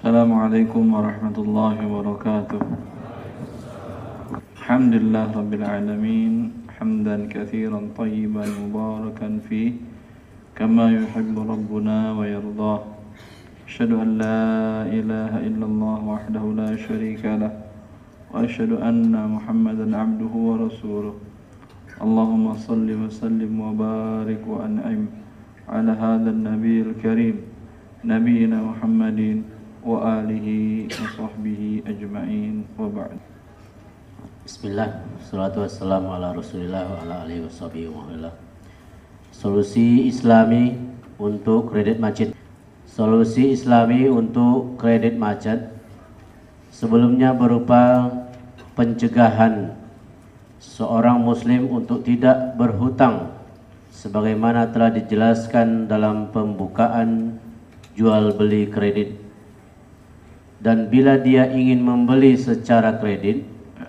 Assalamualaikum warahmatullahi wabarakatuh. Alhamdulillah rabbil alamin, hamdan katsiran tayyiban mubarakan fih, kama yuhibbu rabbuna wa yardah. Asyhadu an la ilaha illallah wahdahu la syarika lah, wa asyhadu anna Muhammadan abduhu wa rasuluh. Allahumma salli wa sallim wa barik wa an'im ala hadzal nabiyil karim, nabiyina Muhammadin wa alihi wa sahbihi ajma'in, wa ba'd. Bismillah, salatu wassalamu ala rasulillah wa ala alihi wa sahbihi wa ala. Solusi Islami untuk kredit macet. Solusi Islami untuk kredit macet sebelumnya berupa pencegahan seorang muslim untuk tidak berhutang sebagaimana telah dijelaskan dalam pembukaan jual beli kredit. Dan bila dia ingin membeli secara kredit,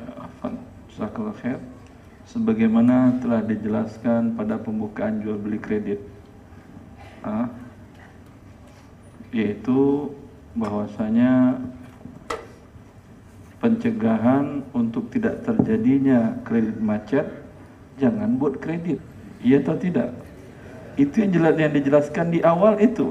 sebagaimana telah dijelaskan pada pembukaan jual beli kredit, yaitu bahwasanya pencegahan untuk tidak terjadinya kredit macet, jangan buat kredit, iya atau tidak? Itu yang dijelaskan di awal itu.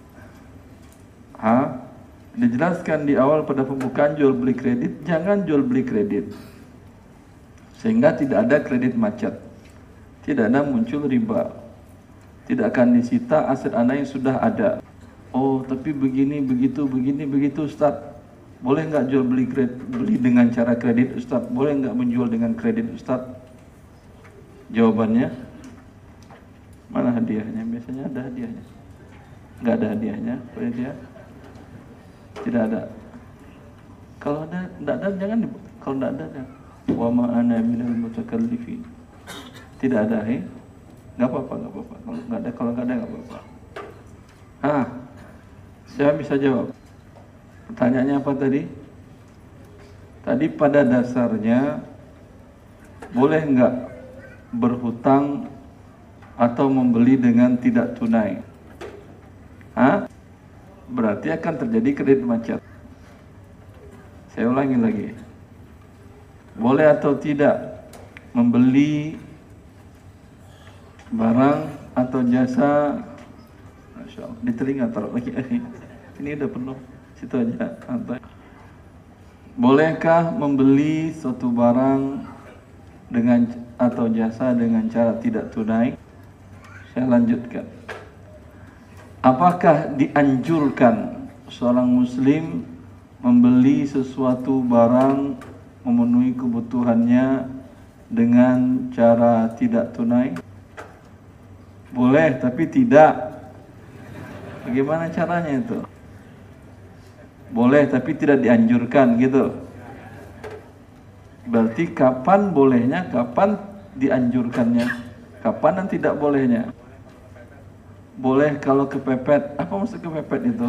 Dijelaskan di awal pada pembukaan jual beli kredit, jangan jual beli kredit, sehingga tidak ada kredit macet, tidak ada muncul riba, tidak akan disita aset Anda yang sudah ada. Oh, tapi begini begitu Ustaz, boleh nggak jual beli dengan cara kredit Ustaz? Boleh nggak menjual dengan kredit Ustaz? Jawabannya, mana hadiahnya? Biasanya ada hadiahnya. Nggak ada hadiahnya, boleh dia? Tidak ada. Kalau ada, tidak ada jangan. Kalau tidak ada, wa ma ana minal mutakallifin. Tidak ada, nggak apa-apa. Kalau nggak ada nggak apa-apa. Saya bisa jawab. Pertanyaannya apa tadi? Tadi pada dasarnya boleh nggak berhutang atau membeli dengan tidak tunai? Berarti akan terjadi kredit macet. Saya ulangi lagi. Boleh atau tidak membeli barang atau jasa? Masya Allah, di telinga taruh lagi. Ini udah penuh, situ aja. Bolehkah membeli suatu barang dengan atau jasa dengan cara tidak tunai? Saya lanjutkan. Apakah dianjurkan seorang muslim membeli sesuatu barang, memenuhi kebutuhannya dengan cara tidak tunai? Boleh, tapi tidak. Bagaimana caranya itu? Boleh, tapi tidak dianjurkan, gitu. Berarti kapan bolehnya, kapan dianjurkannya, kapan dan tidak bolehnya? Boleh kalau kepepet. Apa maksud kepepet itu?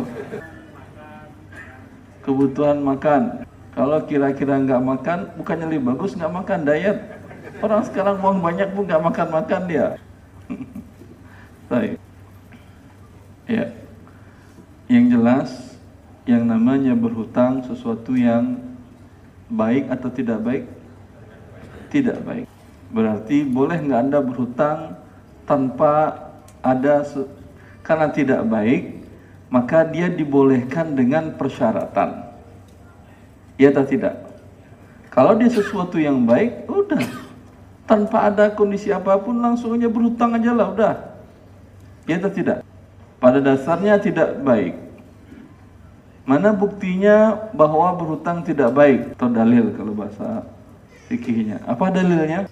Kebutuhan makan. Kalau kira-kira nggak makan, bukannya lebih bagus nggak makan, diet. Orang sekarang uang banyak pun nggak makan dia. Baik. Ya. Yang jelas, yang namanya berhutang sesuatu yang baik atau tidak baik? Tidak baik. Berarti boleh nggak Anda berhutang tanpa ada karena tidak baik, maka dia dibolehkan dengan persyaratan. Iya atau tidak? Kalau dia sesuatu yang baik, udah. Tanpa ada kondisi apapun, langsung aja berhutang aja lah, udah. Iya atau tidak? Pada dasarnya tidak baik. Mana buktinya bahwa berhutang tidak baik? Atau dalil kalau bahasa fikihnya. Apa dalilnya?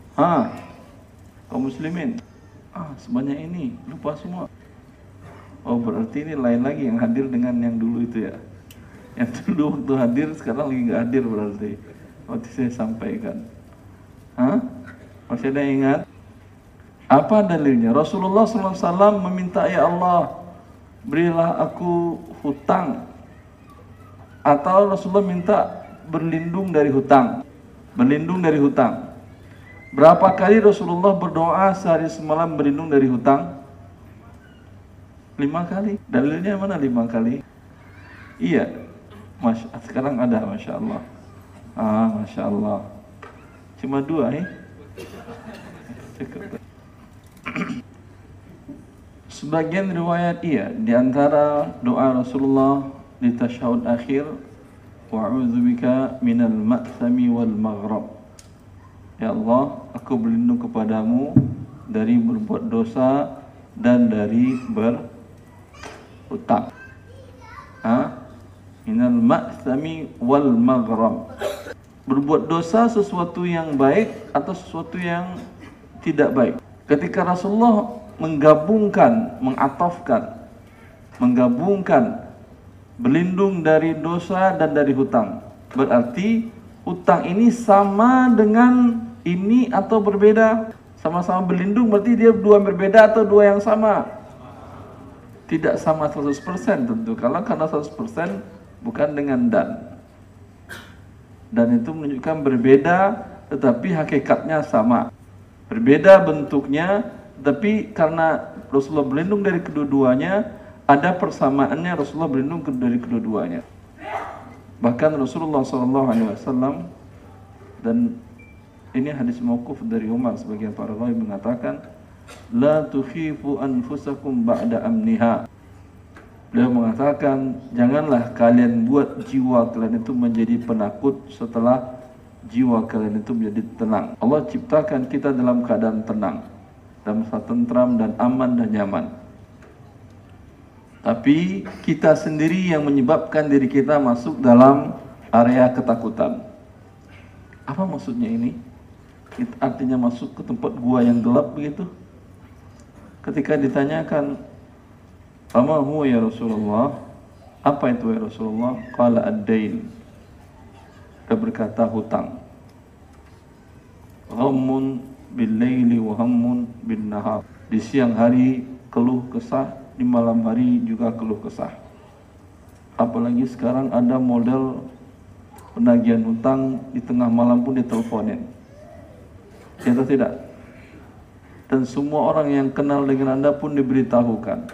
Kaum muslimin. Sebanyak ini, lupa semua. Oh, berarti ini lain lagi yang hadir dengan yang dulu itu ya. Yang dulu waktu hadir, sekarang lagi nggak hadir berarti. Waktu saya sampaikan. Masih ada yang ingat? Apa dalilnya? Rasulullah SAW meminta, ya Allah, berilah aku hutang. Atau Rasulullah minta berlindung dari hutang. Berlindung dari hutang. Berapa kali Rasulullah berdoa sehari semalam berlindung dari hutang? 5 kali. Dalilnya mana 5 kali? Iya, Sekarang ada, Masya Allah. Masya Allah. Cuma 2 Cukup. Sebagian riwayat di antara doa Rasulullah di tasyahud akhir, wa'udzubika minal ma'thami wal maghrab. Ya Allah, aku berlindung kepadamu dari berbuat dosa dan dari berhutang. Minal ma'thami wal maghrab. Berbuat dosa sesuatu yang baik atau sesuatu yang tidak baik. Ketika Rasulullah menggabungkan berlindung dari dosa dan dari hutang, berarti hutang ini sama dengan ini atau berbeda? Sama-sama berlindung berarti dia 2 berbeda atau 2 yang sama? Tidak sama 100% tentu. Kalau karena 100% bukan dengan dan itu menunjukkan berbeda tetapi hakikatnya sama. Berbeda bentuknya, tapi karena Rasulullah berlindung dari kedua-duanya, ada persamaannya. Rasulullah berlindung dari kedua-duanya. Bahkan Rasulullah SAW, dan ini hadis mauquf dari Umar, sebagian para rawi mengatakan, la tukhifu anfusakum ba'da amniha. Beliau mengatakan, janganlah kalian buat jiwa kalian itu menjadi penakut setelah jiwa kalian itu menjadi tenang. Allah ciptakan kita dalam keadaan tenang, dalam keadaan tentram dan aman dan nyaman. Tapi kita sendiri yang menyebabkan diri kita masuk dalam area ketakutan. Apa maksudnya ini? Artinya masuk ke tempat gua yang gelap begitu. Ketika ditanyakan, "Ama huwa ya Rasulullah?" Apa itu ya Rasulullah? Qala ad-dain. Dia berkata hutang. Ghammun bil-laili wa hammun bin-nahar. Di siang hari keluh kesah, di malam hari juga keluh kesah. Apalagi sekarang ada model penagihan hutang di tengah malam pun diteleponin. Ya atau tidak? Dan semua orang yang kenal dengan Anda pun diberitahukan.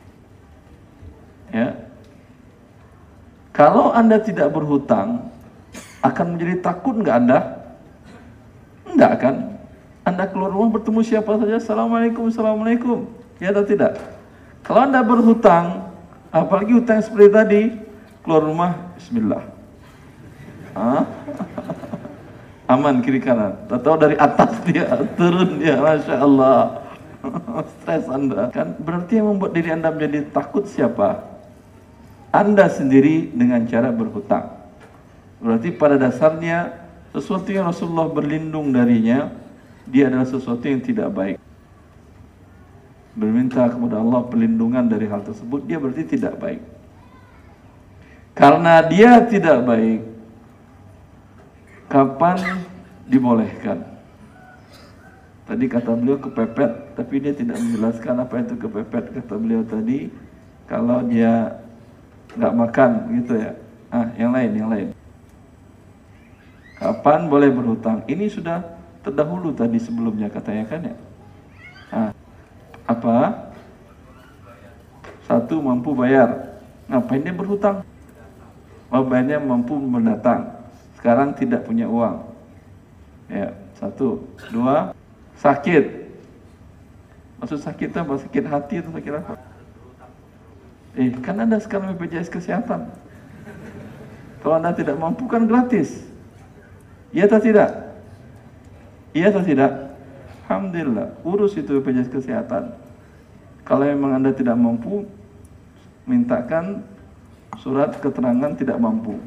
Ya. Kalau Anda tidak berhutang, akan menjadi takut nggak Anda? Enggak kan? Anda keluar rumah bertemu siapa saja, Assalamualaikum, Assalamualaikum. Ya atau tidak? Kalau Anda berhutang, apalagi hutang seperti tadi, keluar rumah, Bismillah. Aman kiri kanan. Atau dari atas dia, turun dia, Masya Allah. Stres Anda. Kan berarti yang membuat diri Anda menjadi takut siapa? Anda sendiri dengan cara berhutang. Berarti pada dasarnya sesuatu yang Rasulullah berlindung darinya, dia adalah sesuatu yang tidak baik. Berminta kepada Allah perlindungan dari hal tersebut, dia berarti tidak baik. Karena dia tidak baik, kapan dibolehkan? Tadi kata beliau kepepet, tapi dia tidak menjelaskan apa itu kepepet. Kata beliau tadi, kalau dia nggak makan gitu ya. Yang lain. Kapan boleh berhutang? Ini sudah terdahulu tadi sebelumnya katanya kan ya. Apa? 1, mampu bayar. Ngapain dia berhutang? Bayarnya mampu mendatang. Sekarang tidak punya uang. Ya, 1, 2, sakit. Maksud sakit apa? Sakit hati atau sakit apa? Kan ada sekarang BPJS Kesehatan. Kalau Anda tidak mampu kan gratis. Iya atau tidak? Iya atau tidak? Alhamdulillah, urus itu BPJS Kesehatan. Kalau memang Anda tidak mampu, mintakan surat keterangan tidak mampu.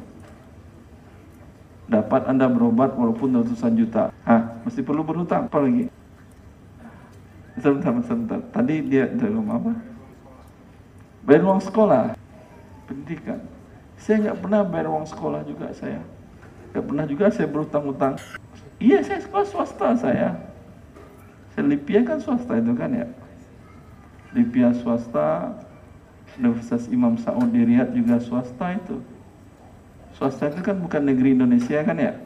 Dapat Anda berobat walaupun ratusan juta. Mesti perlu berhutang, apa lagi? Sebentar. Tadi dia dari rumah apa? Bayar uang sekolah, pendidikan. Saya nggak pernah bayar uang sekolah juga saya. Nggak pernah juga saya berhutang-hutang. Iya, saya sekolah swasta saya. Lipia kan swasta itu kan ya. Lipia swasta, Universitas Imam Sa'ud di Riyadh juga swasta itu. Swasta itu kan bukan negeri Indonesia kan ya.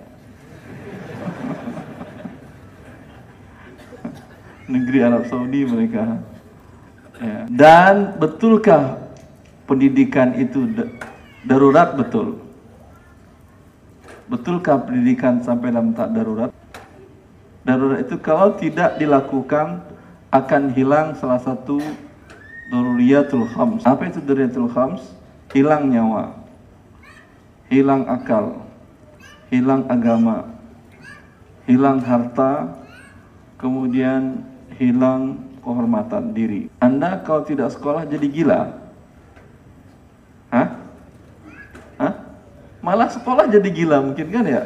Negeri Arab Saudi mereka. Ya. Dan betulkah pendidikan itu darurat? Betul. Betulkah pendidikan sampai dalam tahap darurat? Darurat itu kalau tidak dilakukan akan hilang salah satu daruriyatul khams. Apa itu daruriyatul khams? Hilang nyawa, hilang akal, hilang agama, hilang harta, kemudian hilang kehormatan diri. Anda kalau tidak sekolah jadi gila? Hah? Hah? Malah sekolah jadi gila mungkin kan ya?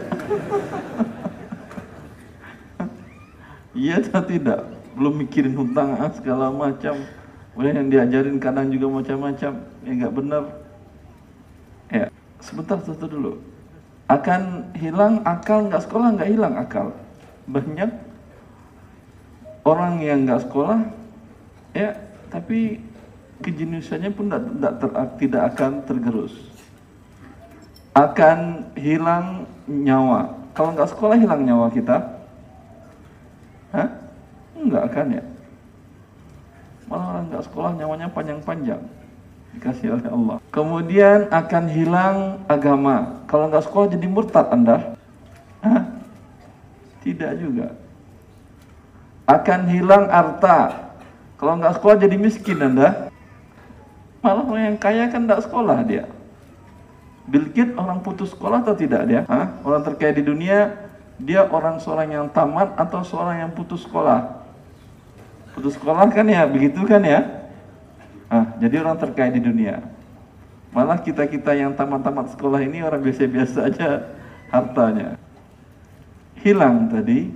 Iya atau tidak? Belum mikirin hutang segala macam. Kemudian yang diajarin kadang juga macam-macam. Ya nggak benar. Ya, sebentar satu dulu. Akan hilang akal, nggak sekolah nggak hilang akal. Banyak orang yang nggak sekolah, ya, tapi kejeniusannya pun tidak akan tergerus. Akan hilang nyawa. Kalau nggak sekolah hilang nyawa kita? Hah? Enggak akan ya. Malah orang nggak sekolah nyawanya panjang-panjang, dikasih oleh Allah. Kemudian akan hilang agama. Kalau nggak sekolah jadi murtad Anda? Hah? Tidak juga. Akan hilang harta. Kalau nggak sekolah jadi miskin Anda? Malah orang yang kaya kan nggak sekolah dia. Bill Gates orang putus sekolah atau tidak dia? Hah? Orang terkaya di dunia, dia seorang yang tamat atau seorang yang putus sekolah? Putus sekolah kan ya, begitu kan ya? Jadi orang terkaya di dunia. Malah kita-kita yang tamat-tamat sekolah ini orang biasa-biasa aja hartanya. Hilang tadi.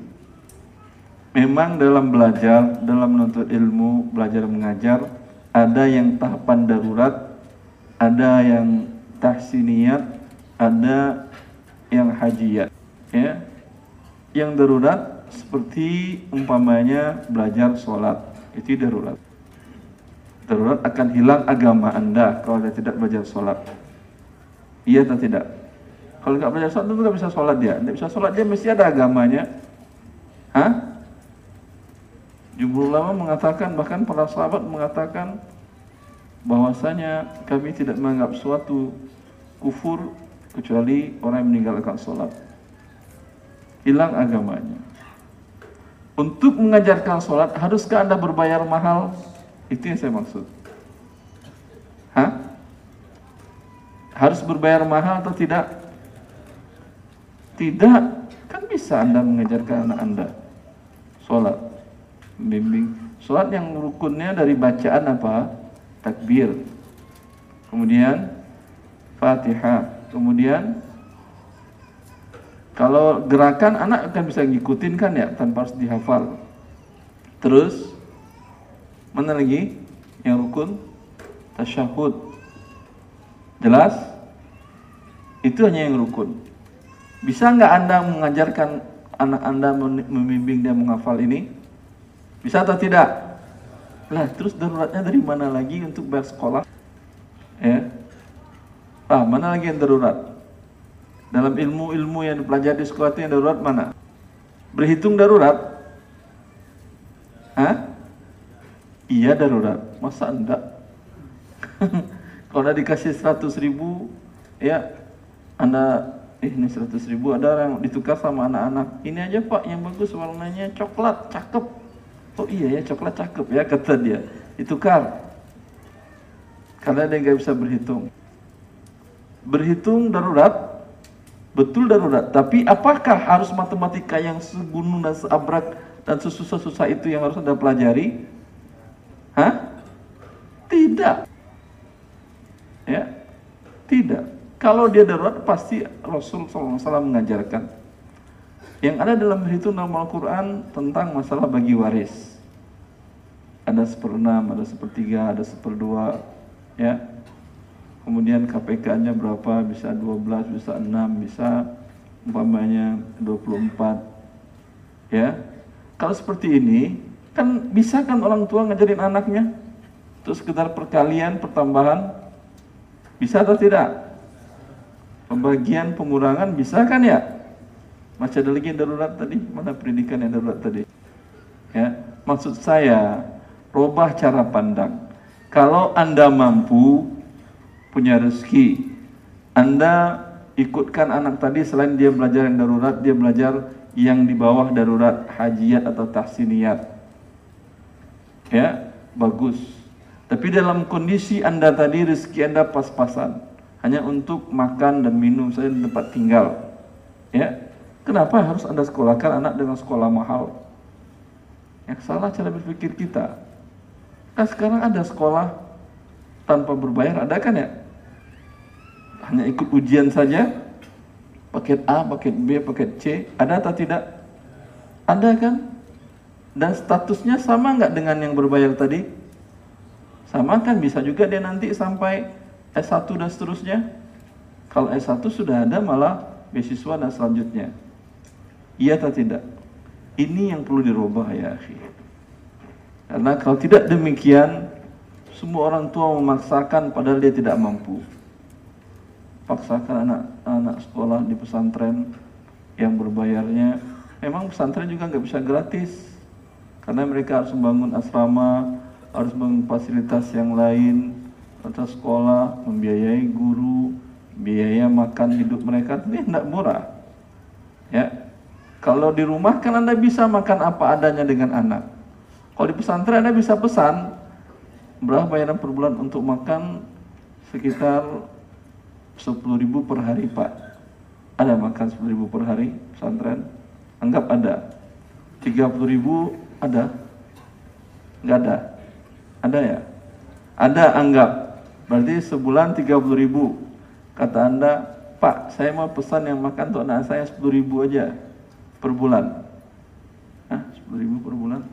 Memang dalam belajar, dalam menuntut ilmu, belajar mengajar, ada yang tahapan darurat, ada yang tahsiniyat, ada yang hajiyat. Ya. Yang darurat seperti umpamanya belajar sholat, itu darurat. Darurat akan hilang agama Anda kalau Anda tidak belajar sholat. Iya atau tidak? Kalau nggak belajar sholat, itu nggak bisa sholat dia. Nggak bisa sholat dia mesti ada agamanya. Hah? Jumhur ulama mengatakan, bahkan para sahabat mengatakan bahwasanya kami tidak menganggap suatu kufur kecuali orang yang meninggalkan sholat. Hilang agamanya. Untuk mengajarkan sholat, haruskah Anda berbayar mahal? Itu yang saya maksud. Hah? Harus berbayar mahal atau tidak? Tidak. Kan bisa Anda mengajarkan anak Anda sholat, membimbing. Sholat yang rukunnya dari bacaan apa? Takbir. Kemudian Fatihah. Kemudian kalau gerakan anak akan bisa ngikutin kan ya, tanpa harus dihafal. Terus mana lagi yang rukun? Tasyahud. Jelas? Itu hanya yang rukun. Bisa nggak Anda mengajarkan anak Anda, membimbing dia menghafal ini? Bisa atau tidak? Lah, terus daruratnya dari mana lagi untuk bayar sekolah? Ya. Mana lagi yang darurat? Dalam ilmu-ilmu yang dipelajari di sekolah itu yang darurat mana? Berhitung darurat? Hah? Iya darurat. Masa enggak? Kalau Anda dikasih 100.000, ya Anda, ini 100.000, ada orang ditukar sama anak-anak. Ini aja Pak, yang bagus warnanya coklat, cakep. Oh iya ya, coklat cakep ya, kata dia. Ditukar. Karena dia nggak bisa berhitung. Berhitung darurat. Betul darurat, tapi apakah harus matematika yang segunung dan seabrak dan sesusah-susah itu yang harus Anda pelajari? Hah? Tidak. Ya, tidak. Kalau dia darurat, pasti Rasul SAW mengajarkan. Yang ada dalam berhitung dalam Al-Quran tentang masalah bagi waris. Ada 1/6, ada 1/3, ada 1/2, ya. Kemudian KPK-nya berapa, bisa 12, bisa 6, bisa umpamanya 24. Ya. Kalau seperti ini, kan bisa kan orang tua ngajarin anaknya? Terus sekedar perkalian, pertambahan, bisa atau tidak? Pembagian, pengurangan, bisa kan ya? Masih ada lagi yang darurat tadi? Mana pendidikan yang darurat tadi? Ya, maksud saya, rubah cara pandang. Kalau Anda mampu, punya rezeki, Anda ikutkan anak tadi, selain dia belajar yang darurat, dia belajar yang di bawah darurat, hajiyat atau tahsiniyat. Ya, bagus. Tapi dalam kondisi Anda tadi rezeki Anda pas-pasan, hanya untuk makan dan minum saja di tempat tinggal. Ya, kenapa harus Anda sekolahkan anak dengan sekolah mahal? Yang salah cara berpikir kita. Kan sekarang ada sekolah tanpa berbayar, ada kan ya? Hanya ikut ujian saja, paket A, paket B, paket C, ada atau tidak? Ada kan? Dan statusnya sama nggak dengan yang berbayar tadi? Sama kan, bisa juga dia nanti sampai S1 dan seterusnya. Kalau S1 sudah ada malah beasiswa dan selanjutnya. Iya atau tidak? Ini yang perlu dirubah ya akhi. Karena kalau tidak demikian, semua orang tua memaksakan padahal dia tidak mampu. Paksakan anak-anak sekolah di pesantren yang berbayarnya. Memang pesantren juga nggak bisa gratis, karena mereka harus membangun asrama, harus membangun fasilitas yang lain, atau sekolah, membiayai guru, biaya makan hidup mereka. Ini tidak murah. Ya, kalau di rumah kan Anda bisa makan apa adanya dengan anak. Kalau di pesantren Anda bisa pesan, berapa bayaran per bulan untuk makan? Sekitar 10.000 per hari Pak. Ada makan 10.000 per hari pesantren? Anggap ada. 30.000 ada? Enggak ada? Ada ya? Ada, anggap. Berarti sebulan 30.000. Kata Anda, Pak, saya mau pesan yang makan untuk anak saya 10.000 aja per bulan. Hah? 10.000 per bulan?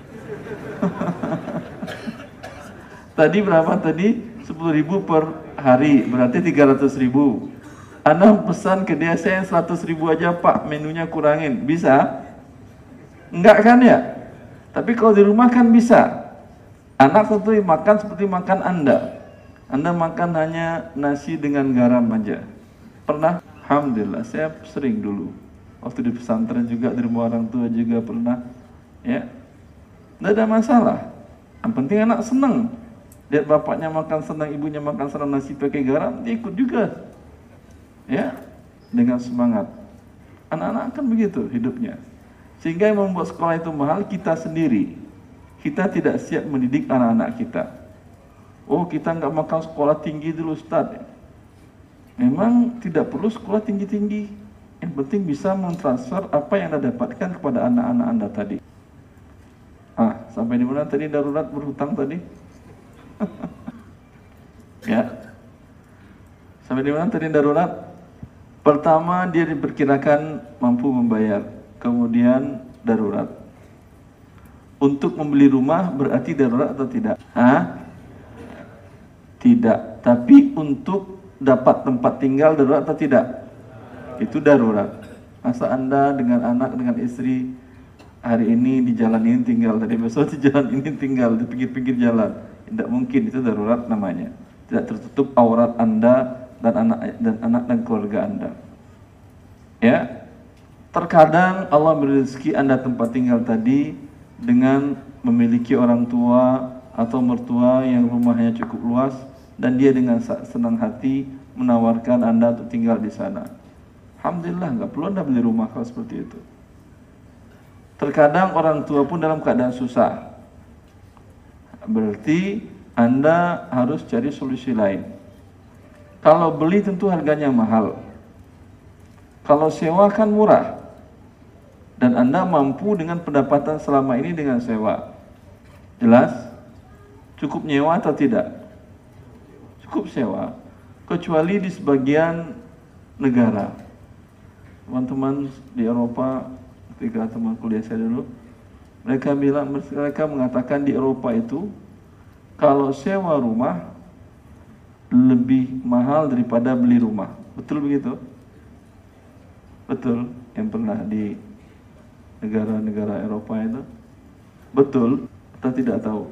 Tadi berapa tadi? 10.000 per hari, berarti 300.000. Anda pesan ke dia, saya 100.000 aja Pak, menunya kurangin, bisa? Enggak kan ya? Tapi kalau di rumah kan bisa. Anak tentu makan seperti makan Anda. Anda makan hanya nasi dengan garam aja. Pernah? Alhamdulillah, saya sering dulu. Waktu di pesantren juga, di rumah orang tua juga pernah. Ya, tidak ada masalah. Yang penting anak senang. Lihat bapaknya makan senang, ibunya makan senang nasi pakai garam, dia ikut juga. Ya, dengan semangat. Anak-anak kan begitu hidupnya. Sehingga yang membuat sekolah itu mahal kita sendiri. Kita tidak siap mendidik anak-anak kita. Oh, kita nggak makan sekolah tinggi dulu Ustaz. Memang tidak perlu sekolah tinggi-tinggi. Yang penting bisa mentransfer apa yang Anda dapatkan kepada anak-anak Anda tadi. Sampai di mana tadi darurat berhutang tadi? Ya. Sampai di mana tadi darurat? Pertama dia diperkirakan mampu membayar, kemudian darurat. Untuk membeli rumah berarti darurat atau tidak? Tidak. Tapi untuk dapat tempat tinggal darurat atau tidak? Itu darurat. Masa Anda dengan anak, dengan istri, hari ini di jalan ini tinggal, tadi besok di jalan ini tinggal, di pinggir-pinggir jalan. Tidak mungkin, itu darurat namanya. Tidak tertutup aurat Anda dan anak dan keluarga Anda. Ya. Terkadang Allah beri rezeki Anda tempat tinggal tadi dengan memiliki orang tua atau mertua yang rumahnya cukup luas dan dia dengan senang hati menawarkan Anda untuk tinggal di sana. Alhamdulillah, nggak perlu Anda beli rumah kalau seperti itu. Terkadang orang tua pun dalam keadaan susah. Berarti Anda harus cari solusi lain. Kalau beli tentu harganya mahal. Kalau sewa kan murah. Dan Anda mampu dengan pendapatan selama ini dengan sewa. Jelas? Cukup nyewa atau tidak? Cukup sewa. Kecuali di sebagian negara. Teman-teman di Eropa, ketika teman kuliah saya dulu, mereka mengatakan di Eropa itu kalau sewa rumah lebih mahal daripada beli rumah. Betul begitu? Betul, yang pernah di negara-negara Eropa itu. Betul atau tidak tahu?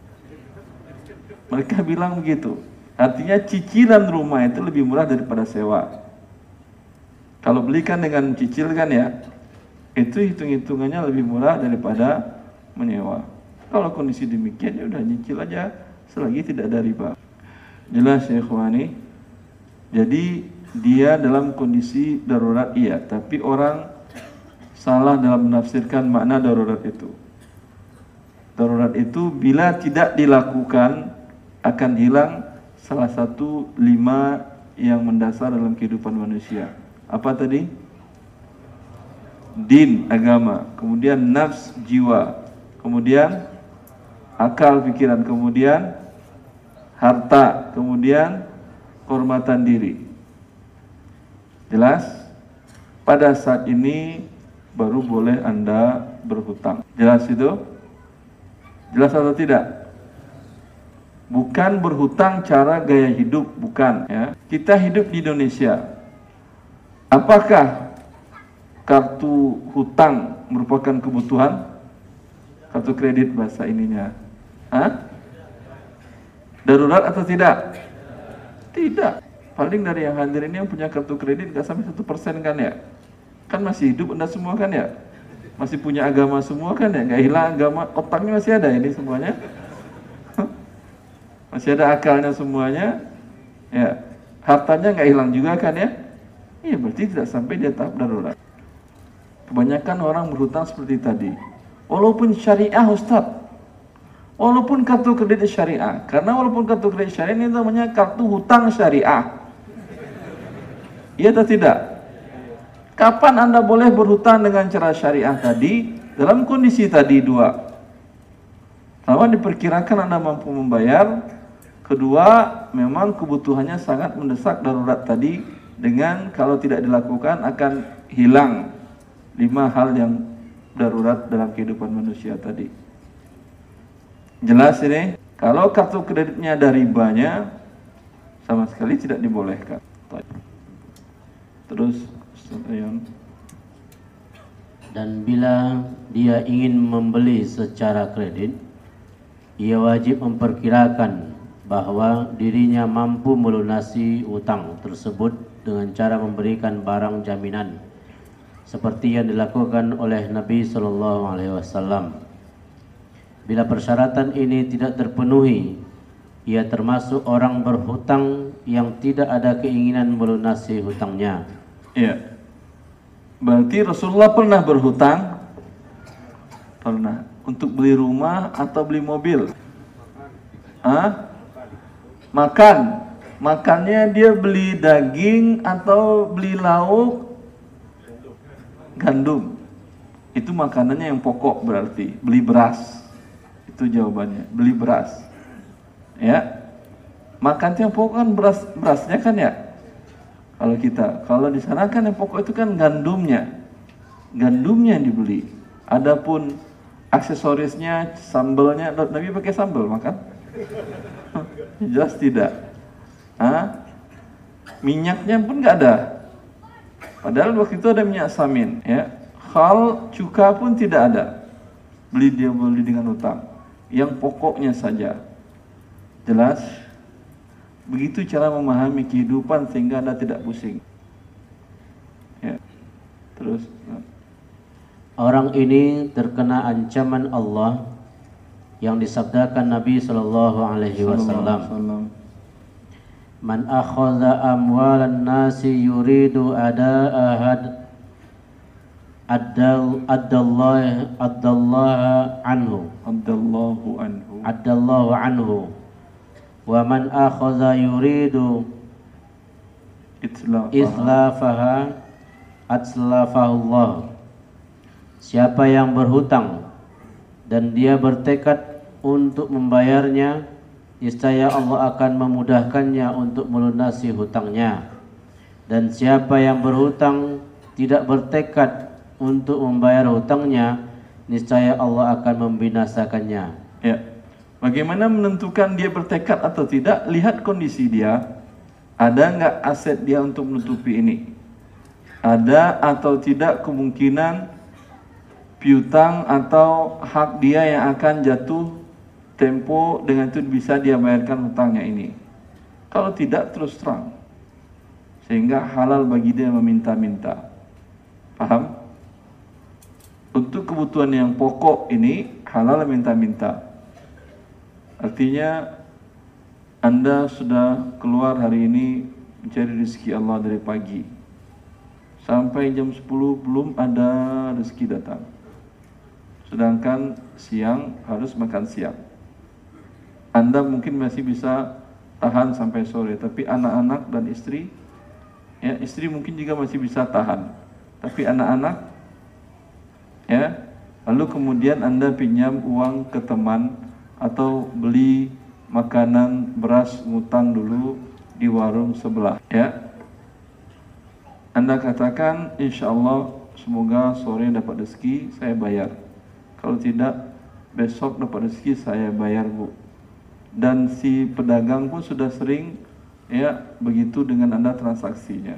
Mereka bilang begitu. Artinya cicilan rumah itu lebih murah daripada sewa. Kalau belikan dengan cicil kan ya, itu hitung-hitungannya lebih murah daripada menyewa. Kalau kondisi demikian ya udah nyicil aja selagi tidak ada riba. Jelas ya ikhwani. Jadi dia dalam kondisi darurat iya, tapi orang salah dalam menafsirkan makna darurat itu. Darurat itu bila tidak dilakukan akan hilang salah satu 5 yang mendasar dalam kehidupan manusia. Apa tadi? Din, agama, kemudian nafs, jiwa, kemudian akal, pikiran, kemudian harta, kemudian kehormatan diri. Jelas? Pada saat ini baru boleh Anda berhutang. Jelas itu? Jelas atau tidak? Bukan berhutang cara gaya hidup, bukan ya. Kita hidup di Indonesia. Apakah kartu hutang merupakan kebutuhan? Kartu kredit bahasa ininya. Hah? Darurat atau tidak? Tidak. Paling dari yang hadir ini yang punya kartu kredit gak sampai 1% kan ya? Kan masih hidup Anda semua kan ya? Masih punya agama semua kan ya? Gak hilang agama, otaknya masih ada ini semuanya. Masih ada akalnya semuanya. Ya, hartanya gak hilang juga kan ya? Iya, berarti tidak sampai dia tahap darurat. Kebanyakan orang berhutang seperti tadi. Walaupun syariah Ustaz, walaupun kartu kredit syariah, karena walaupun kartu kredit syariah ini namanya kartu hutang syariah. Iya atau tidak? Kapan Anda boleh berhutang dengan cara syariah tadi? Dalam kondisi tadi 2. Pertama, diperkirakan Anda mampu membayar. Kedua, memang kebutuhannya sangat mendesak darurat tadi. Dengan kalau tidak dilakukan akan hilang 5 hal yang darurat dalam kehidupan manusia tadi. Jelas ini? Kalau kartu kreditnya ada ribanya, sama sekali tidak dibolehkan. Terus, dan bila dia ingin membeli secara kredit, ia wajib memperkirakan bahwa dirinya mampu melunasi utang tersebut dengan cara memberikan barang jaminan, seperti yang dilakukan oleh Nabi SAW. Bila persyaratan ini tidak terpenuhi, ia termasuk orang berhutang yang tidak ada keinginan melunasi hutangnya. Iya. Berarti Rasulullah pernah berhutang? Pernah. Untuk beli rumah atau beli mobil? Hah? Makan. Makannya dia beli daging atau beli lauk? Gandum. Itu makanannya yang pokok berarti. Beli beras. Itu jawabannya. Beli beras. Ya. Makan yang pokok kan berasnya kan ya? Kalau di sana kan yang pokok itu kan gandumnya yang dibeli. Adapun aksesorisnya, sambalnya, Nabi pakai sambal makan? Jelas tidak. Minyaknya pun nggak ada. Padahal waktu itu ada minyak samin, ya. Khal, cuka pun tidak ada. Beli dengan utang. Yang pokoknya saja. Jelas? Begitu cara memahami kehidupan sehingga Anda tidak pusing. Ya. Terus. Orang ini terkena ancaman Allah yang disabdakan Nabi SAW. Man akhadha amwalan nasi yuridu ada'ahad addallahu anhu. Wa man akhadha yuridu islafaha atslafahullah. Siapa yang berhutang dan dia bertekad untuk membayarnya, niscaya Allah akan memudahkannya untuk melunasi hutangnya. Dan siapa yang berhutang tidak bertekad untuk membayar hutangnya, niscaya Allah akan membinasakannya. Ya. Bagaimana menentukan dia bertekad atau tidak? Lihat kondisi dia. Ada nggak aset dia untuk menutupi ini? Ada atau tidak kemungkinan piutang atau hak dia yang akan jatuh tempo dengan itu bisa dia bayarkan hutangnya ini? Kalau tidak, terus terang. Sehingga halal bagi dia meminta-minta. Paham? Untuk kebutuhan yang pokok ini halal minta-minta. Artinya Anda sudah keluar hari ini mencari rezeki Allah dari pagi sampai jam 10 belum ada rezeki datang. Sedangkan siang harus makan siang. Anda mungkin masih bisa tahan sampai sore, tapi anak-anak dan istri, ya istri mungkin juga masih bisa tahan, tapi anak-anak, ya, lalu kemudian Anda pinjam uang ke teman atau beli makanan beras ngutang dulu di warung sebelah, ya. Anda katakan, insya Allah semoga sore dapat rezeki, saya bayar. Kalau tidak, besok dapat rezeki, saya bayar, Bu. Dan si pedagang pun sudah sering, ya, begitu dengan Anda transaksinya.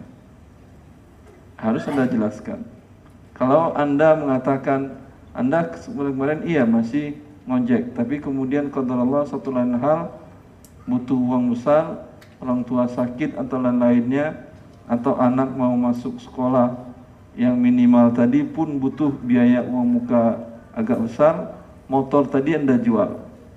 Harus Anda jelaskan. Kalau Anda mengatakan, Anda kemarin iya masih ngojek, tapi kemudian qadarullah satu lain hal, butuh uang besar, orang tua sakit atau lain-lainnya, atau anak mau masuk sekolah yang minimal tadi pun butuh biaya uang muka agak besar, motor tadi Anda jual.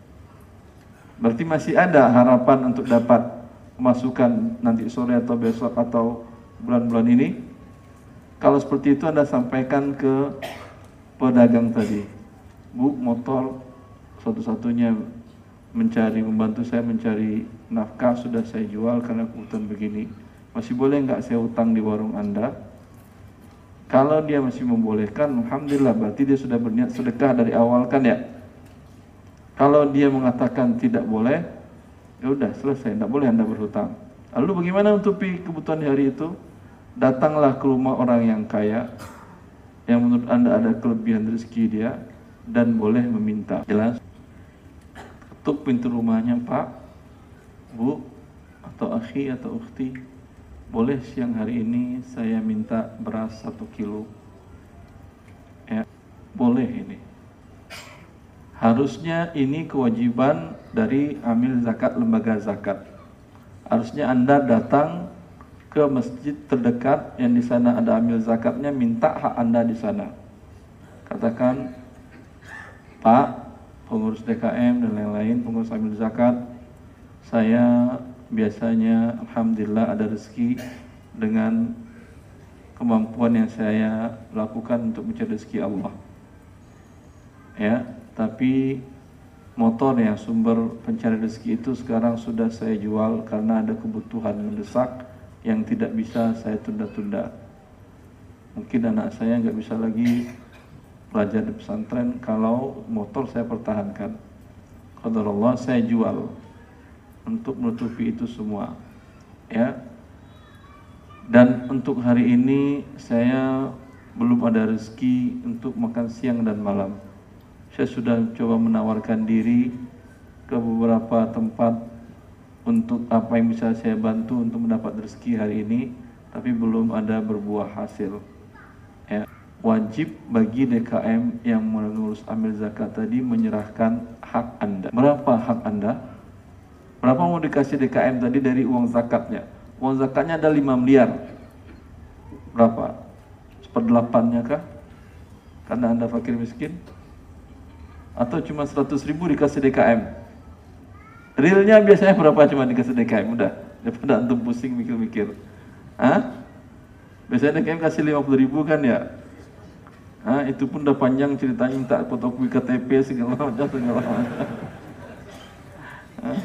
Berarti masih ada harapan untuk dapat pemasukan nanti sore atau besok atau bulan-bulan ini. Kalau seperti itu Anda sampaikan ke pedagang tadi, Bu, motor satu-satunya membantu saya mencari nafkah sudah saya jual karena kebutuhan begini. Masih boleh nggak saya utang di warung Anda? Kalau dia masih membolehkan, alhamdulillah, berarti dia sudah berniat sedekah dari awal kan ya. Kalau dia mengatakan tidak boleh, ya udah selesai, tidak boleh Anda berhutang. Lalu bagaimana menutupi kebutuhan di hari itu? Datanglah ke rumah orang yang kaya, yang menurut Anda ada kelebihan rezeki dia, dan boleh meminta. Jelas? Ketuk pintu rumahnya, Pak, Bu, atau akhi atau ukhti, boleh siang hari ini saya minta beras 1 kilo. Ya, boleh ini. Harusnya ini kewajiban dari amil zakat, lembaga zakat. Harusnya Anda datang ke masjid terdekat yang di sana ada amil zakatnya, minta hak Anda di sana. Katakan, Pak, pengurus DKM dan lain-lain, pengurus amil zakat, saya biasanya alhamdulillah ada rezeki dengan kemampuan yang saya lakukan untuk mencari rezeki Allah. Ya, tapi motor yang sumber pencari rezeki itu sekarang sudah saya jual karena ada kebutuhan mendesak yang tidak bisa saya tunda-tunda. Mungkin anak saya nggak bisa lagi belajar di pesantren kalau motor saya pertahankan. Qadarullah saya jual untuk menutupi itu semua, ya. Dan untuk hari ini saya belum ada rezeki untuk makan siang dan malam. Saya sudah coba menawarkan diri ke beberapa tempat untuk apa yang bisa saya bantu untuk mendapat rezeki hari ini, tapi belum ada berbuah hasil, ya. Wajib bagi DKM yang mengurus amil zakat tadi menyerahkan hak Anda. Berapa hak Anda? Berapa mau dikasih DKM tadi dari uang zakatnya? Uang zakatnya ada 5 miliar. Berapa? 1/8-nya kah? Karena Anda fakir miskin? Atau cuma 100.000 dikasih DKM? Realnya biasanya berapa cuma dikasih DKM? Udah, daripada antum pusing mikir-mikir. Hah? Biasanya DKM kasih 50.000 kan ya? Hah? Itu pun udah panjang ceritanya, minta fotokopi KTP segala macam. Hah?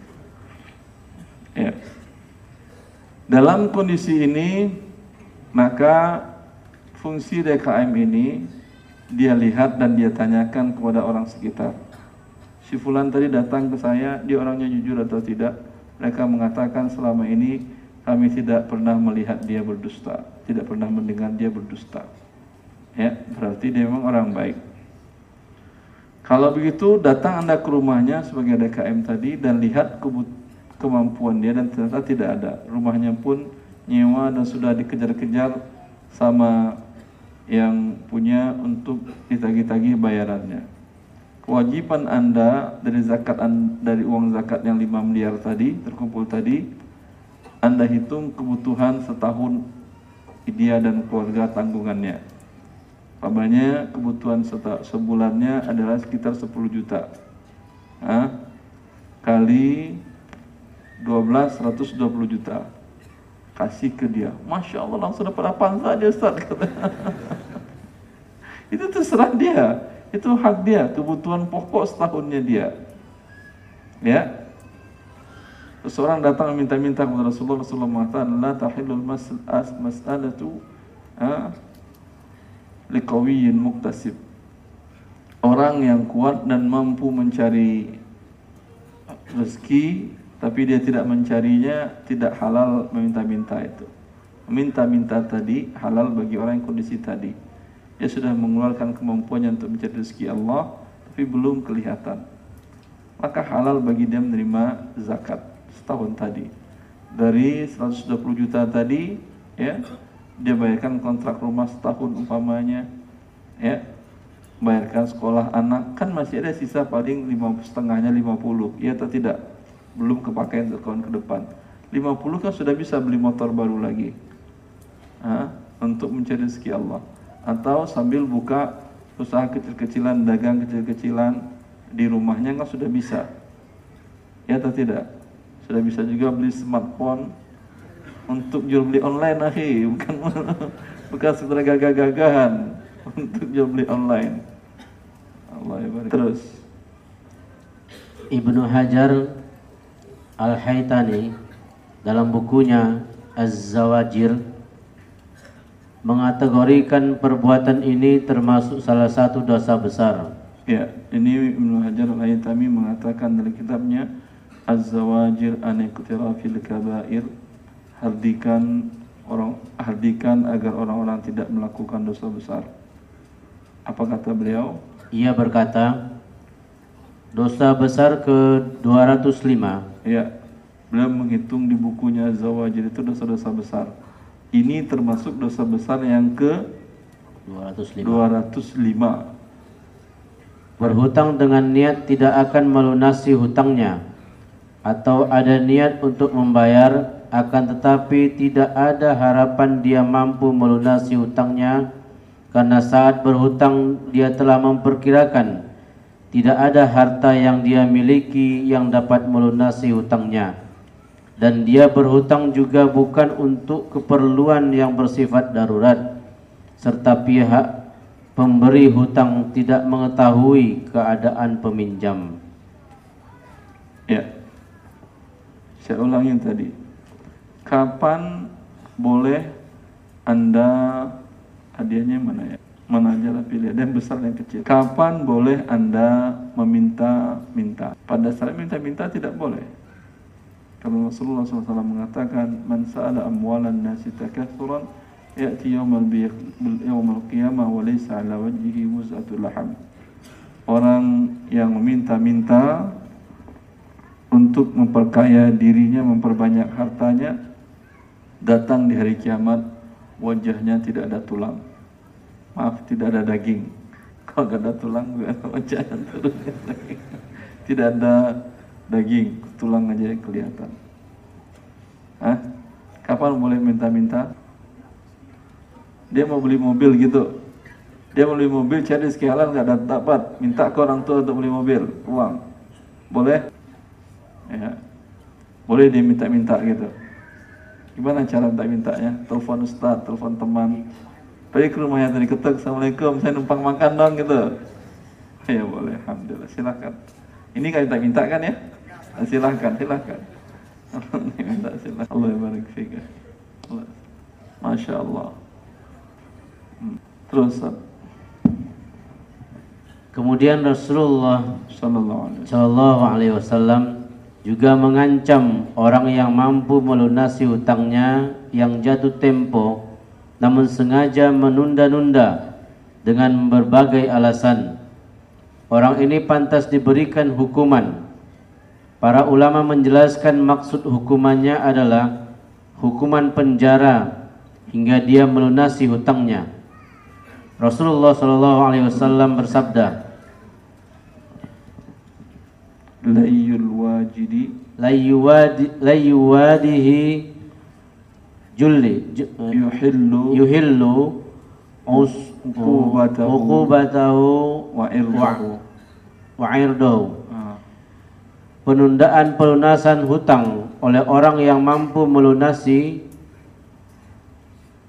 Ya. Dalam kondisi ini, maka fungsi DKM ini dia lihat dan dia tanyakan kepada orang sekitar. Si fulan tadi datang ke saya, dia orangnya jujur atau tidak? Mereka mengatakan selama ini kami tidak pernah melihat dia berdusta, tidak pernah mendengar dia berdusta. Ya, berarti dia memang orang baik. Kalau begitu, datang Anda ke rumahnya sebagai DKM tadi dan lihat kemampuan dia, dan ternyata tidak ada. Rumahnya pun nyewa dan sudah dikejar-kejar sama yang punya untuk ditagih-tagih bayarannya. Kewajiban Anda dari zakat, dari uang zakat yang 5 miliar tadi terkumpul tadi, Anda hitung kebutuhan setahun dia dan keluarga tanggungannya. Umpamanya kebutuhan sebulannya adalah sekitar 10 juta. Kali 12, 120 juta. kasih ke dia. Masya Allah, langsung dapat apaan saja Ustaz, kata. Itu terserah dia, itu hak dia, kebutuhan pokok setahunnya dia. Ya. Seseorang datang minta-minta kepada Rasulullah, Rasulullah mengatakan la tahillul mas'alatu liqawiyyin muktasib. Orang yang kuat dan mampu mencari rezeki tapi dia tidak mencarinya, tidak halal meminta-minta itu. Meminta-minta tadi halal bagi orang yang kondisi tadi. Dia sudah mengeluarkan kemampuannya untuk mencari rezeki Allah tapi belum kelihatan. Maka halal bagi dia menerima zakat setahun tadi. Dari 120 juta tadi, ya, dia bayarkan kontrak rumah setahun umpamanya, ya, bayarkan sekolah anak, kan masih ada sisa paling 50, setengahnya 50, ya atau tidak? Belum kepakai untuk tahun ke depan. 50 kan sudah bisa beli motor baru lagi, untuk mencari rezeki Allah. Atau sambil buka usaha kecil-kecilan, dagang kecil-kecilan di rumahnya kan sudah bisa, ya atau tidak? Sudah bisa juga beli smartphone untuk jual beli online, bukan sekedar gagah-gagahan untuk jual beli online. Allah ya barik. Terus Ibnu Hajar Al-Haytani dalam bukunya Az-Zawajir mengategorikan perbuatan ini termasuk salah satu dosa besar. Ya, ini Ibnu Hajar Al-Haytami mengatakan dalam kitabnya Az-Zawajir an iqtirafil kabair, hardikan agar orang-orang tidak melakukan dosa besar. Apa kata beliau? Ia berkata, dosa besar ke-205. Ya, beliau menghitung di bukunya Az-Zawajir itu dosa-dosa besar. Ini termasuk dosa besar yang ke-205. Berhutang dengan niat tidak akan melunasi hutangnya, atau ada niat untuk membayar, akan tetapi tidak ada harapan dia mampu melunasi hutangnya, karena saat berhutang dia telah memperkirakan tidak ada harta yang dia miliki yang dapat melunasi hutangnya, dan dia berhutang juga bukan untuk keperluan yang bersifat darurat, serta pihak pemberi hutang tidak mengetahui keadaan peminjam. Ya, saya ulangin tadi. Kapan boleh Anda, hadiahnya mana ya? Mana aja lah pilih, ada yang besar yang kecil. Kapan boleh Anda meminta-minta? Pada saat minta-minta tidak boleh. Karena Rasulullah SAW mengatakan, man sa'ala amwalan nasi takathuran ya'ti yawmal qiyamah wa laysa ala wajhihi muz'atul laham. Orang yang meminta-minta untuk memperkaya dirinya, memperbanyak hartanya, datang di hari kiamat wajahnya tidak ada tulang. Maaf, tidak ada daging. Kalau tidak ada tulang, wajahnya terus tidak ada daging, tulang aja yang kelihatan. Kapan boleh minta-minta? Dia mau beli mobil gitu, dia mau beli mobil, cari rezeki halal nggak dapat, minta ke orang tua untuk beli mobil, uang, boleh? Ya, boleh dia minta-minta gitu. Gimana cara minta-mintanya? Telepon ustaz, telepon teman, pergi ke rumahnya tadi, ketuk, assalamualaikum, saya numpang makan dong gitu. Ya boleh, alhamdulillah, silakan. Ini kan minta-minta kan ya? Silakan. Minta silakan. Allah barik fika. Masya Allah. Terus. Kemudian Rasulullah Shallallahu Alaihi Wasallam juga mengancam orang yang mampu melunasi hutangnya yang jatuh tempo, namun sengaja menunda-nunda dengan berbagai alasan. Orang ini pantas diberikan hukuman. Para ulama menjelaskan maksud hukumannya adalah hukuman penjara hingga dia melunasi hutangnya. Rasulullah Shallallahu Alaihi Wasallam bersabda, layuwadihi julli yuhillu uqubatahu wa irdahu. Penundaan pelunasan hutang oleh orang yang mampu melunasi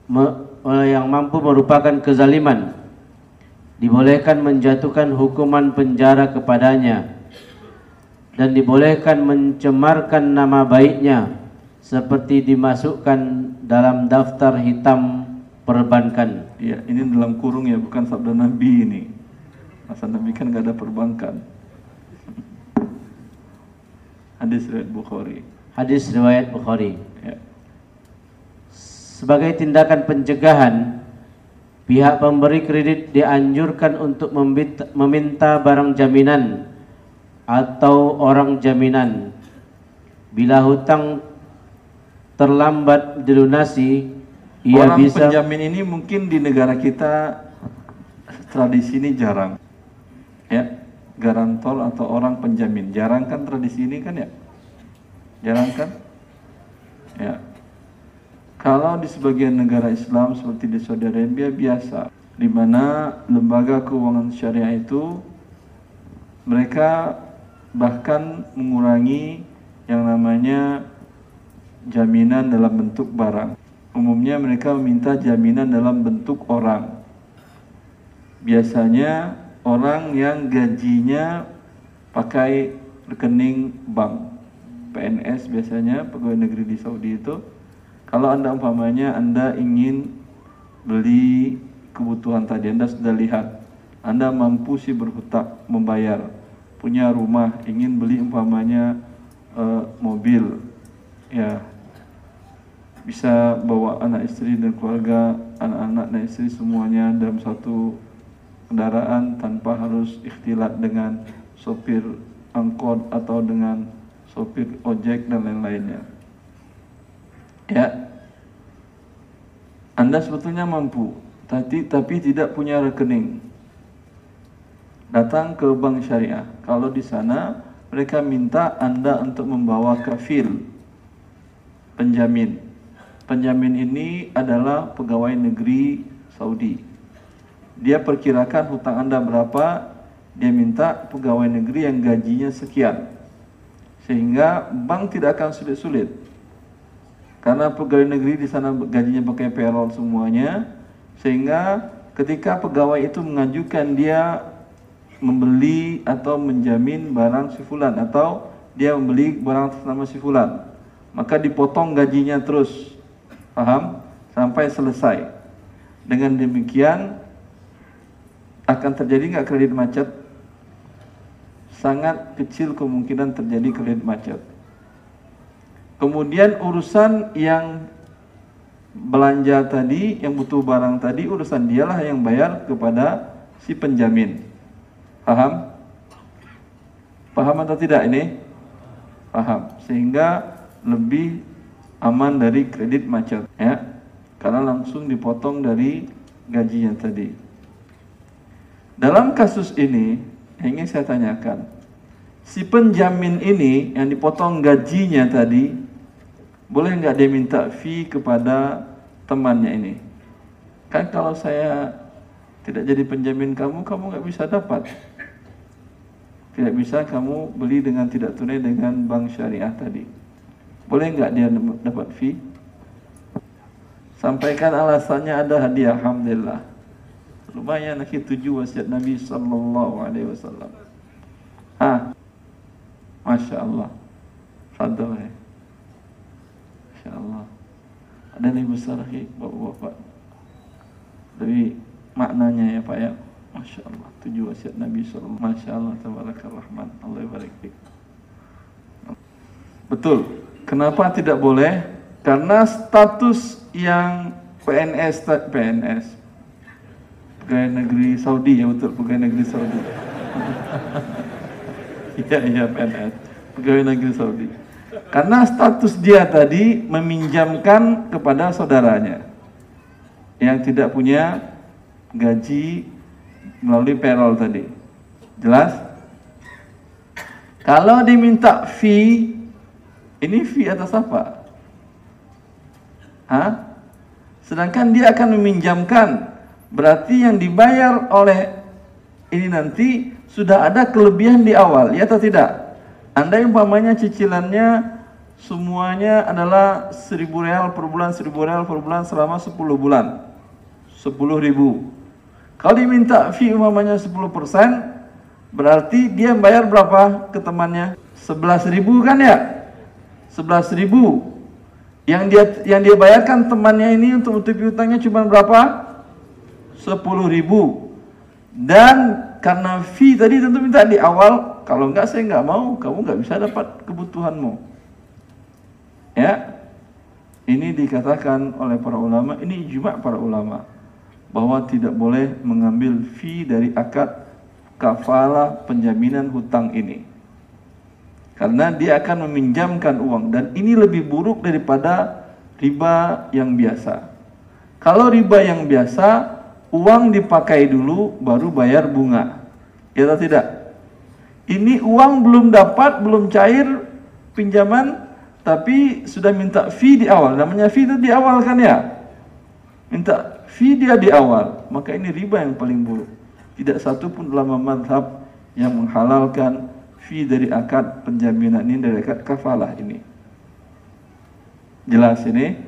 merupakan kezaliman, dibolehkan menjatuhkan hukuman penjara kepadanya, dan dibolehkan mencemarkan nama baiknya seperti dimasukkan dalam daftar hitam perbankan. Ya, ini dalam kurung ya, bukan sabda Nabi ini. Masa Nabi kan gak ada perbankan. Hadis riwayat Bukhari. Hadis riwayat Bukhari. Ya. Sebagai tindakan pencegahan, pihak pemberi kredit dianjurkan untuk meminta barang jaminan atau orang jaminan. Bila hutang terlambat dilunasi, ia orang bisa. Penjamin ini mungkin di negara kita tradisi ini jarang, ya, garantor atau orang penjamin jarang kan, tradisi ini kan ya, jarang kan, ya. Kalau di sebagian negara Islam seperti di Saudi Arabia biasa, di mana lembaga keuangan syariah itu mereka bahkan mengurangi yang namanya jaminan dalam bentuk barang. Umumnya mereka meminta jaminan dalam bentuk orang. Biasanya orang yang gajinya pakai rekening bank, PNS biasanya, pegawai negeri di Saudi itu. Kalau Anda umpamanya Anda ingin beli kebutuhan tadi, Anda sudah lihat, Anda mampu sih berhutang membayar, punya rumah, ingin beli umpamanya mobil, ya bisa bawa anak istri dan keluarga, anak-anak dan istri semuanya dalam satu kendaraan tanpa harus ikhtilat dengan sopir angkot atau dengan sopir ojek dan lain-lainnya. Ya, Anda sebetulnya mampu, tapi tidak punya rekening. Datang ke bank syariah. Kalau di sana mereka minta Anda untuk membawa kafil, penjamin. Penjamin ini adalah pegawai negeri Saudi. Dia perkirakan hutang Anda berapa, dia minta pegawai negeri yang gajinya sekian. Sehingga bank tidak akan sulit-sulit. Karena pegawai negeri di sana gajinya pakai payroll semuanya, sehingga ketika pegawai itu mengajukan dia membeli atau menjamin barang si fulan, atau dia membeli barang atas nama si fulan, maka dipotong gajinya terus, paham? Sampai selesai. Dengan demikian akan terjadi nggak kredit macet? Sangat kecil kemungkinan terjadi kredit macet. Kemudian urusan yang belanja tadi, yang butuh barang tadi, urusan dialah yang bayar kepada si penjamin. Paham? Paham atau tidak ini? Paham. Sehingga lebih aman dari kredit macet, ya. Karena langsung dipotong dari gajinya tadi. Dalam kasus ini, ingin saya tanyakan, si penjamin ini yang dipotong gajinya tadi, boleh nggak dia minta fee kepada temannya ini? Kan kalau saya tidak jadi penjamin kamu, kamu nggak bisa dapat. Tidak bisa kamu beli dengan tidak tunai dengan bank syariah tadi. Boleh nggak dia dapat fee? Sampaikan alasannya, ada hadiah, alhamdulillah. Lumayan, akhir 7 wasiat Nabi sallallahu alaihi wasallam. Masya Allah. Fadl ya. Masya Allah. Ada lebih besar lagi bapak-bapak. Dari maknanya ya Pak ya. Masya Allah. 7 wasiat Nabi sallallahu. Masya Allah. Tabarakar Rahman. Allah barik fik. Betul. Kenapa tidak boleh? Karena status yang PNS pegawai negeri Saudi, ya betul, pegawai negeri Saudi. Iya PNS, pegawai negeri Saudi. Karena status dia tadi meminjamkan kepada saudaranya yang tidak punya gaji melalui payroll tadi. Jelas? Kalau diminta fee, ini fee atas apa? Sedangkan dia akan meminjamkan, berarti yang dibayar oleh ini nanti sudah ada kelebihan di awal, ya atau tidak? Anda umpamanya cicilannya semuanya adalah 1.000 real per bulan, 1.000 real per bulan selama 10 bulan. 10.000. Kalau diminta fee umpamanya 10%, berarti dia bayar berapa ke temannya? 11.000 kan ya? 11.000. Yang dia bayarkan temannya ini untuk menutupi utangnya cuma berapa? 10.000. Dan karena fee tadi tentu minta di awal, kalau enggak saya enggak mau, kamu enggak bisa dapat kebutuhanmu. Ya, ini dikatakan oleh para ulama, ini ijma' para ulama, bahwa tidak boleh mengambil fee dari akad kafalah penjaminan hutang ini, karena dia akan meminjamkan uang, dan ini lebih buruk daripada riba yang biasa. Kalau riba yang biasa, uang dipakai dulu baru bayar bunga, ya atau tidak? Ini uang belum dapat, belum cair pinjaman, tapi sudah minta fee di awal. Namanya fee itu di awal kan ya? Minta fee dia di awal. Maka ini riba yang paling buruk. Tidak satu pun ulama mazhab yang menghalalkan fee dari akad penjaminan ini, dari akad kafalah ini. Jelas ini?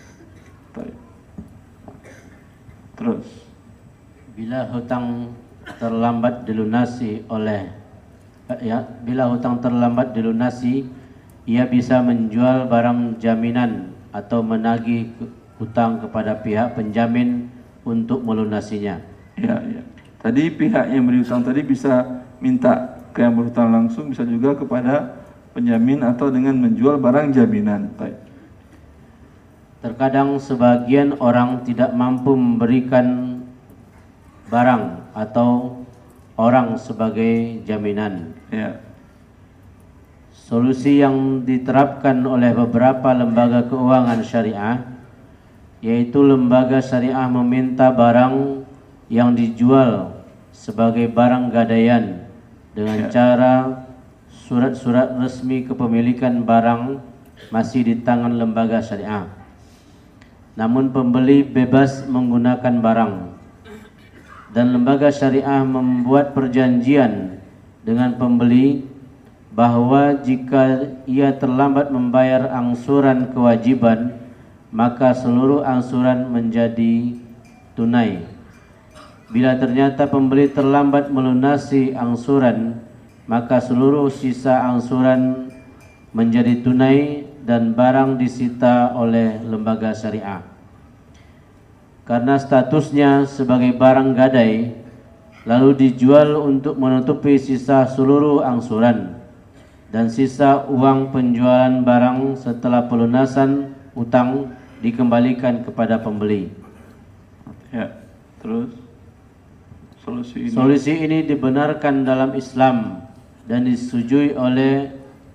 Terus, bila hutang terlambat dilunasi bila hutang terlambat dilunasi, ia bisa menjual barang jaminan atau menagih hutang kepada pihak penjamin untuk melunasinya. Ya. Tadi pihak yang beri hutang tadi bisa minta ke yang berhutang langsung, bisa juga kepada penjamin atau dengan menjual barang jaminan. Baik. Terkadang sebagian orang tidak mampu memberikan barang atau orang sebagai jaminan. Ya. Solusi yang diterapkan oleh beberapa lembaga keuangan syariah, yaitu lembaga syariah meminta barang yang dijual sebagai barang gadaian dengan cara surat-surat resmi kepemilikan barang masih di tangan lembaga syariah. Namun pembeli bebas menggunakan barang, dan lembaga syariah membuat perjanjian dengan pembeli bahwa jika ia terlambat membayar angsuran kewajiban, maka seluruh angsuran menjadi tunai. Bila ternyata pembeli terlambat melunasi angsuran, maka seluruh sisa angsuran menjadi tunai dan barang disita oleh lembaga syariah. Karena statusnya sebagai barang gadai, lalu dijual untuk menutupi sisa seluruh angsuran dan sisa uang penjualan barang setelah pelunasan utang dikembalikan kepada pembeli. Ya, terus solusi ini dibenarkan dalam Islam dan disetujui oleh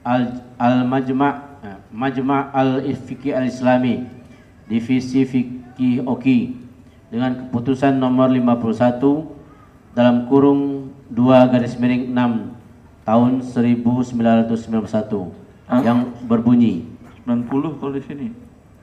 Majma' al-Fiqh al-Islami, Divisi Fikih Oki, dengan keputusan nomor 51 dalam kurung 2/6 tahun 1991 yang berbunyi 90 kalau di sini.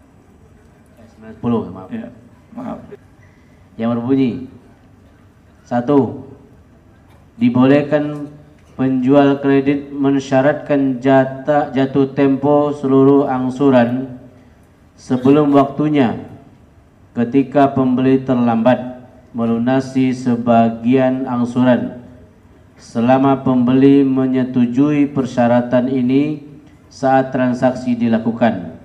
90, maaf. Ya, maaf. Yang berbunyi 1. Dibolehkan penjual kredit mensyaratkan jatuh tempo seluruh angsuran sebelum waktunya ketika pembeli terlambat melunasi sebagian angsuran, selama pembeli menyetujui persyaratan ini saat transaksi dilakukan.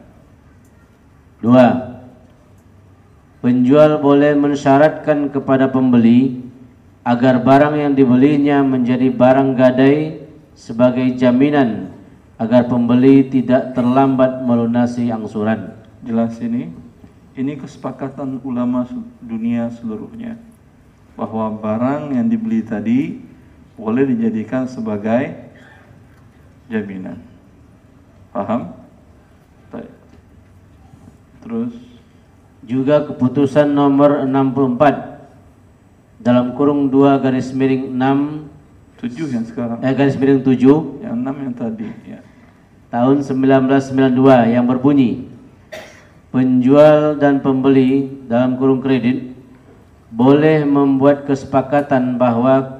2. Penjual boleh mensyaratkan kepada pembeli agar barang yang dibelinya menjadi barang gadai sebagai jaminan agar pembeli tidak terlambat melunasi angsuran. Jelas ini kesepakatan ulama dunia seluruhnya, bahwa barang yang dibeli tadi boleh dijadikan sebagai jaminan. Paham? Baik. Terus juga keputusan nomor 64 dalam kurung 2/6 7 yang sekarang. -7 Yang 6 yang tadi, ya. Tahun 1992 yang berbunyi, penjual dan pembeli dalam kurung kredit boleh membuat kesepakatan bahwa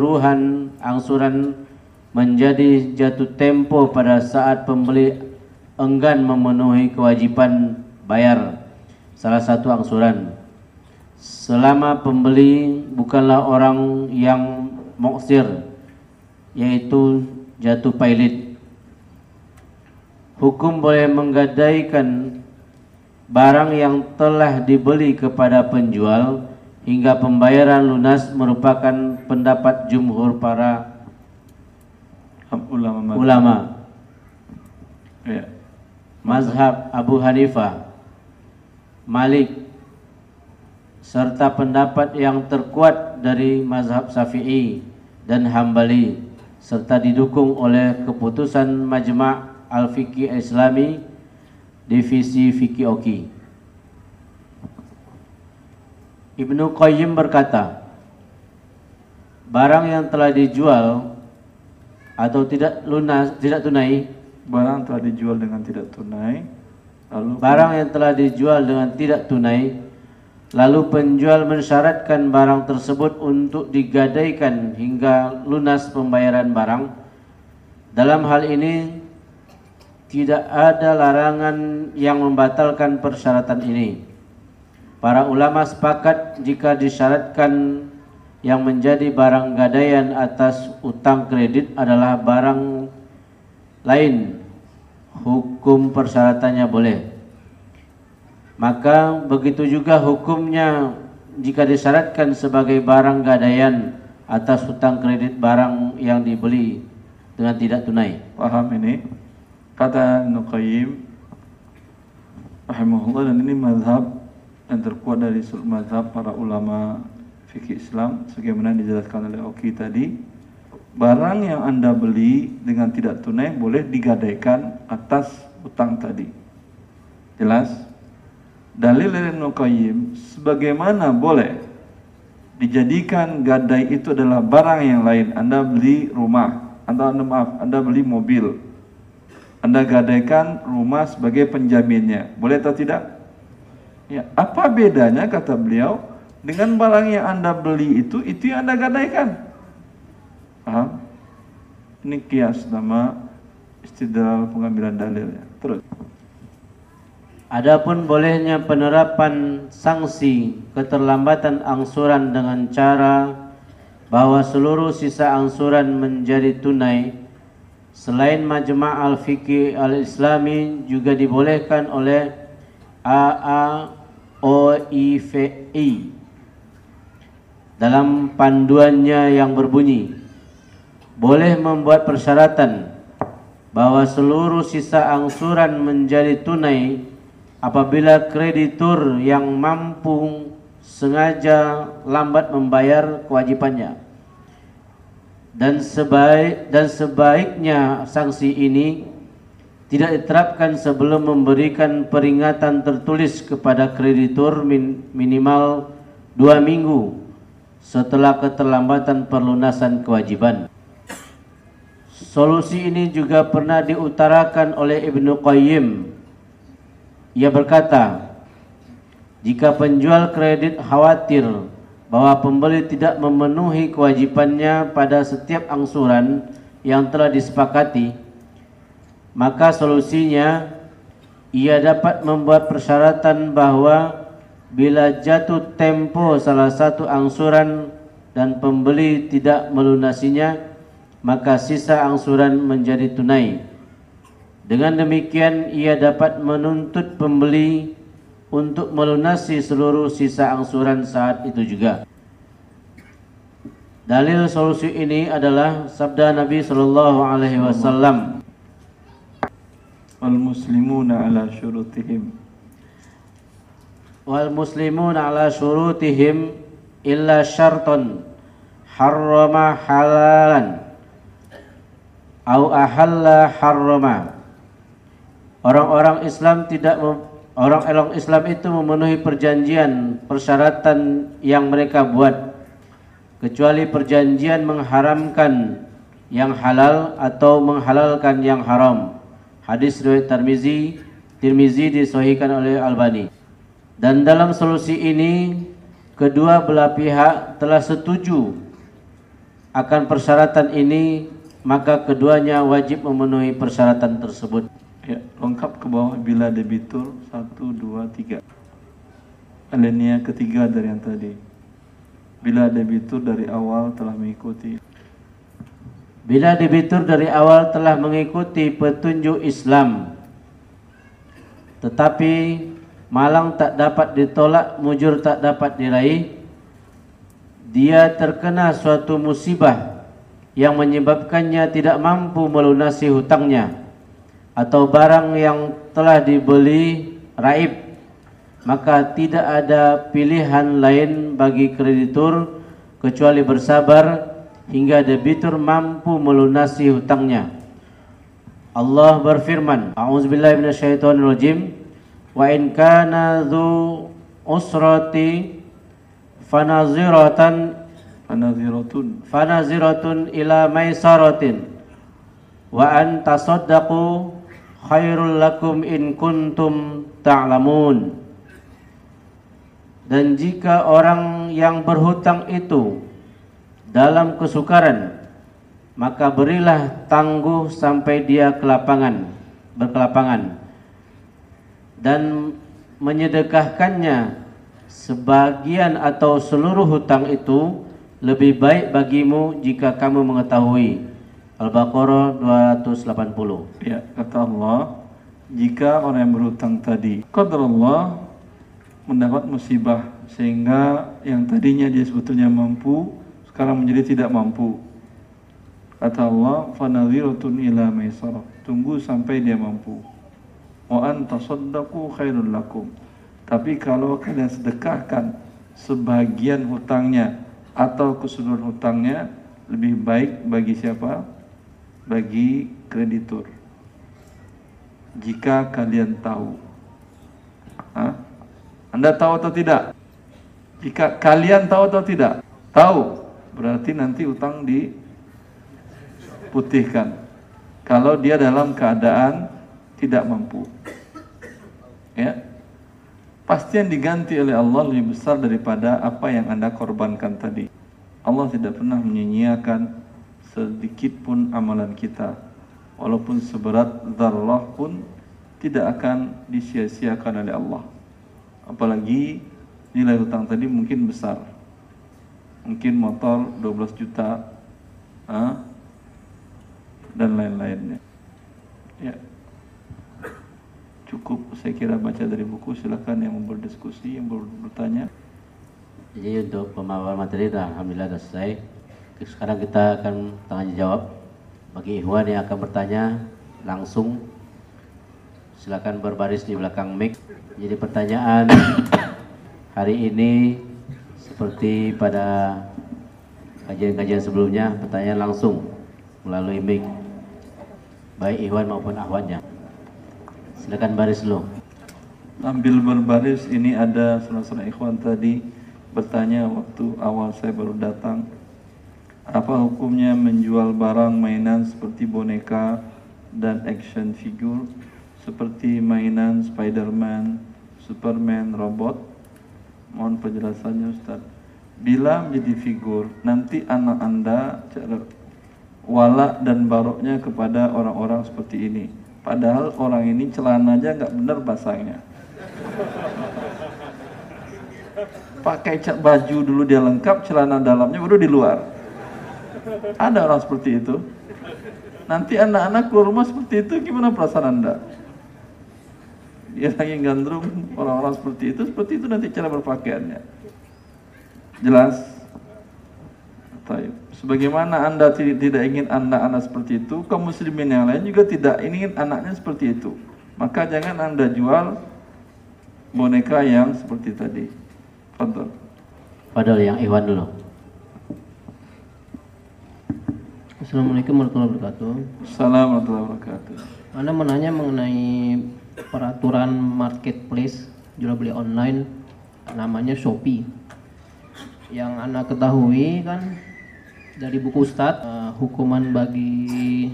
keseluruhan angsuran menjadi jatuh tempo pada saat pembeli enggan memenuhi kewajiban bayar salah satu angsuran selama pembeli bukanlah orang yang muksir, yaitu jatuh pailit. Hukum boleh menggadaikan barang yang telah dibeli kepada penjual hingga pembayaran lunas merupakan pendapat jumhur para ulama. Ya. Mazhab Abu Hanifah, Malik, serta pendapat yang terkuat dari mazhab Syafi'i dan Hambali, serta didukung oleh keputusan Majma' Al-Fiqh Islami Divisi Fikih Oki. Ibnu Qayyim berkata, barang yang telah dijual atau tidak tunai, Barang telah dijual dengan tidak tunai, lalu penjual mensyaratkan barang tersebut untuk digadaikan hingga lunas pembayaran barang. Dalam hal ini tidak ada larangan yang membatalkan persyaratan ini. Para ulama sepakat jika disyaratkan yang menjadi barang gadaian atas utang kredit adalah barang lain, hukum persyaratannya boleh. Maka begitu juga hukumnya jika disyaratkan sebagai barang gadaian atas utang kredit barang yang dibeli dengan tidak tunai. paham ini? Kata Ibnu Qayyim rahimahullah, dan ini mazhab yang terkuat dari mazhab para ulama fikih Islam sebagaimana dijelaskan oleh Oki tadi. Barang yang Anda beli dengan tidak tunai boleh digadaikan atas utang tadi. Jelas? Dalil dari Ibnu Qayyim, sebagaimana boleh dijadikan gadai itu adalah barang yang lain. Anda beli rumah, Anda beli mobil, Anda gadaikan rumah sebagai penjaminnya, boleh atau tidak? Ya, apa bedanya kata beliau dengan barang yang Anda beli itu yang Anda gadaikan? Paham? Ini kias nama istidlal pengambilan dalilnya. Terus. Adapun bolehnya penerapan sanksi keterlambatan angsuran dengan cara bahwa seluruh sisa angsuran menjadi tunai selain Majma' Al-Fiqh Al-Islami juga dibolehkan oleh AAOIVI dalam panduannya yang berbunyi boleh membuat persyaratan bahwa seluruh sisa angsuran menjadi tunai apabila kreditur yang mampu sengaja lambat membayar kewajibannya. Dan sebaiknya sanksi ini tidak diterapkan sebelum memberikan peringatan tertulis kepada kreditur minimal 2 minggu setelah keterlambatan perlunasan kewajiban. Solusi ini juga pernah diutarakan oleh Ibnu Qayyim. Ia berkata, jika penjual kredit khawatir bahwa pembeli tidak memenuhi kewajibannya pada setiap angsuran yang telah disepakati, maka solusinya ia dapat membuat persyaratan bahwa bila jatuh tempo salah satu angsuran dan pembeli tidak melunasinya, maka sisa angsuran menjadi tunai. Dengan demikian ia dapat menuntut pembeli untuk melunasi seluruh sisa angsuran saat itu juga. Dalil solusi ini adalah sabda Nabi sallallahu alaihi wasallam, Wal muslimuna ala syurutihim. Wal muslimuna ala syurutihim illa syarton harrama halalan au ahalla harrama. Orang-orang Islam Orang Islam itu memenuhi persyaratan yang mereka buat, kecuali perjanjian mengharamkan yang halal atau menghalalkan yang haram. Hadis riwayat Tirmizi disahihkan oleh Albani. Dan dalam solusi ini kedua belah pihak telah setuju akan persyaratan ini, maka keduanya wajib memenuhi persyaratan tersebut. Ya, lengkap ke bawah bila debitur 1, 2, 3. Alinea ketiga dari yang tadi. Bila debitur dari awal telah mengikuti. Bila debitur dari awal telah mengikuti petunjuk Islam, tetapi malang tak dapat ditolak, mujur tak dapat diraih, dia terkena suatu musibah yang menyebabkannya tidak mampu melunasi hutangnya, atau barang yang telah dibeli raib, maka tidak ada pilihan lain bagi kreditur kecuali bersabar hingga debitur mampu melunasi hutangnya. Allah berfirman, A'udzubillahi minasyaitonirrajim, wa in kana dzu usrati fanaziratun ila maisaratin wa an tasaddaqu khairul lakum in kuntum ta'lamun. Dan jika orang yang berhutang itu dalam kesukaran, maka berilah tangguh sampai dia berkelapangan, dan menyedekahkannya sebagian atau seluruh hutang itu lebih baik bagimu jika kamu mengetahui. Al-Baqarah 280. Ya, kata Allah, jika orang yang berhutang tadi qadarullah mendapat musibah sehingga yang tadinya dia sebetulnya mampu sekarang menjadi tidak mampu. Kata Allah, fanadhiratun ila maisarah, tunggu sampai dia mampu. Wa an tasaddaqu khairul lakum, tapi kalau kalian sedekahkan sebagian hutangnya atau keseluruhan hutangnya, lebih baik bagi siapa? Bagi kreditur. Jika kalian tahu. Anda tahu atau tidak? Jika kalian tahu atau tidak? Tahu, berarti nanti utang diputihkan. Kalau dia dalam keadaan tidak mampu, ya, pasti yang diganti oleh Allah lebih besar daripada apa yang Anda korbankan tadi. Allah tidak pernah menyia-nyiakan sedikit pun amalan kita, walaupun seberat dzarrah pun tidak akan disia-siakan oleh Allah. Apalagi nilai hutang tadi mungkin besar, mungkin motor 12 juta dan lain-lainnya. Ya, cukup saya kira baca dari buku. Silakan yang mau berdiskusi, yang mau bertanya. Jadi untuk pemaparan materi alhamdulillah sudah selesai. Sekarang kita akan tanya jawab. Bagi ikhwan yang akan bertanya langsung, silakan berbaris di belakang mic. Jadi pertanyaan hari ini seperti pada kajian-kajian sebelumnya, pertanyaan langsung melalui mic, baik ikhwan maupun akhwatnya. Silakan baris dulu. Sambil berbaris, ini ada salah ikhwan tadi bertanya waktu awal saya baru datang, apa hukumnya menjual barang mainan seperti boneka dan action figure seperti mainan Spiderman, Superman, robot? Mohon penjelasannya Ustaz. Bila menjadi figur, nanti anak Anda cara wala dan baroknya kepada orang-orang seperti ini. Padahal orang ini celana aja nggak benar pasangnya. Pakai baju dulu dia lengkap, celana dalamnya baru di luar. Ada orang seperti itu. Nanti anak-anak keluar rumah seperti itu, gimana perasaan Anda? Dia lagi gandrung, orang-orang seperti itu nanti cara berpakaiannya. Jelas? Sebagaimana Anda tidak ingin anak-anak seperti itu, kaum muslimin yang lain juga tidak ingin anaknya seperti itu. Maka jangan Anda jual boneka yang seperti tadi. Fadhol. Fadhol yang ikhwan dulu. Assalamualaikum warahmatullahi wabarakatuh. Assalamualaikum warahmatullahi wabarakatuh. Anda menanya mengenai peraturan marketplace jual beli online namanya Shopee. Yang Anda ketahui kan dari buku Ustadz, hukuman bagi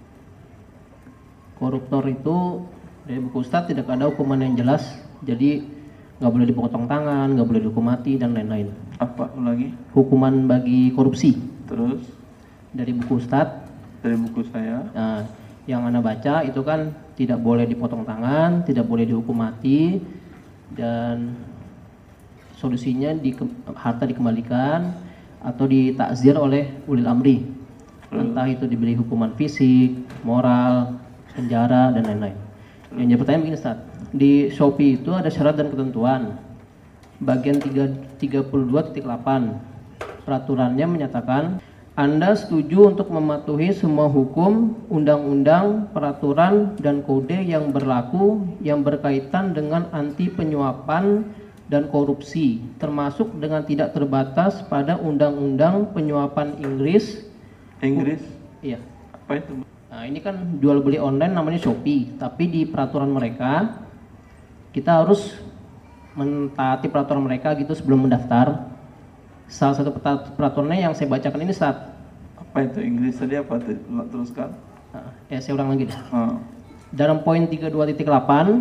koruptor itu dari buku Ustadz tidak ada hukuman yang jelas. Jadi nggak boleh dipotong tangan, nggak boleh dihukum mati dan lain-lain. Apa ulangi? Hukuman bagi korupsi. Terus? Dari buku Ustadz. Dari buku saya. Nah, yang Anda baca itu kan tidak boleh dipotong tangan, tidak boleh dihukum mati, dan solusinya harta dikembalikan atau ditakzir oleh ulil amri. Entah itu diberi hukuman fisik, moral, penjara, dan lain-lain. Yang jadi pertanyaan begini Ustaz, di Shopee itu ada syarat dan ketentuan. Bagian 32.8 peraturannya menyatakan Anda setuju untuk mematuhi semua hukum, undang-undang, peraturan, dan kode yang berlaku yang berkaitan dengan anti penyuapan dan korupsi, termasuk dengan tidak terbatas pada undang-undang penyuapan Inggris. Inggris? Iya. Apa itu? Nah, ini kan jual beli online namanya Shopee, tapi di peraturan mereka kita harus mentaati peraturan mereka gitu sebelum mendaftar. Salah satu peraturannya yang saya bacakan ini saat apa itu Inggris tadi apa teruskan? Saya ulang lagi deh. Dalam poin 32.8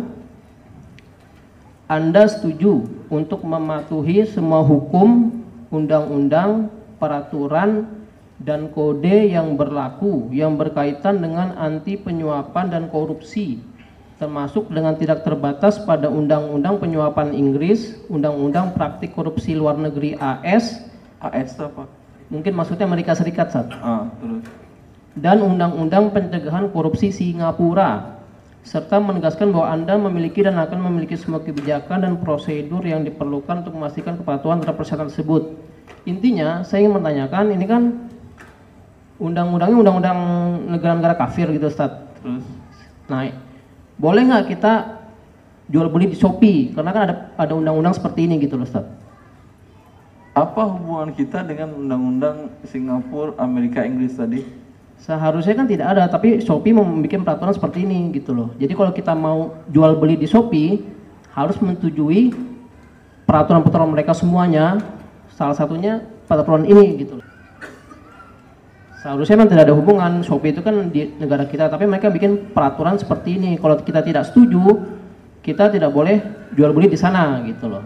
Anda setuju untuk mematuhi semua hukum, undang-undang, peraturan, dan kode yang berlaku yang berkaitan dengan anti penyuapan dan korupsi, termasuk dengan tidak terbatas pada undang-undang penyuapan Inggris, undang-undang praktik korupsi luar negeri AS. AS itu apa? Mungkin maksudnya Amerika Serikat, Sat. Terus. Dan undang-undang pencegahan korupsi Singapura, serta menegaskan bahwa Anda memiliki dan akan memiliki semua kebijakan dan prosedur yang diperlukan untuk memastikan kepatuhan terhadap persyaratan tersebut. Intinya, saya ingin menanyakan, ini kan undang-undangnya undang-undang negara-negara kafir gitu, Ustaz. Terus? Nah, boleh nggak kita jual beli di Shopee? Karena kan ada undang-undang seperti ini gitu loh, Ustaz. Apa hubungan kita dengan undang-undang Singapura, Amerika, Inggris tadi? Seharusnya kan tidak ada, tapi Shopee membuat peraturan seperti ini gitu loh. Jadi kalau kita mau jual beli di Shopee, harus menyetujui peraturan-peraturan mereka semuanya. Salah satunya peraturan ini gitu loh. Seharusnya memang tidak ada hubungan, Shopee itu kan di negara kita, tapi mereka bikin peraturan seperti ini. Kalau kita tidak setuju, kita tidak boleh jual beli di sana gitu loh.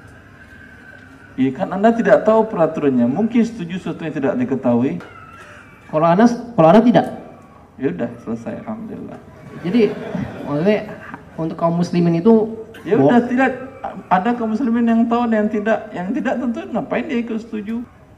Iya kan Anda tidak tahu peraturannya, mungkin setuju sesuatu yang tidak diketahui. Kalau Anda tidak, Ya udah selesai, alhamdulillah. jadi maksudnya untuk kaum muslimin itu Ya udah, tidak ada kaum muslimin yang tahu dan yang tidak tentu ngapain dia ikut setuju.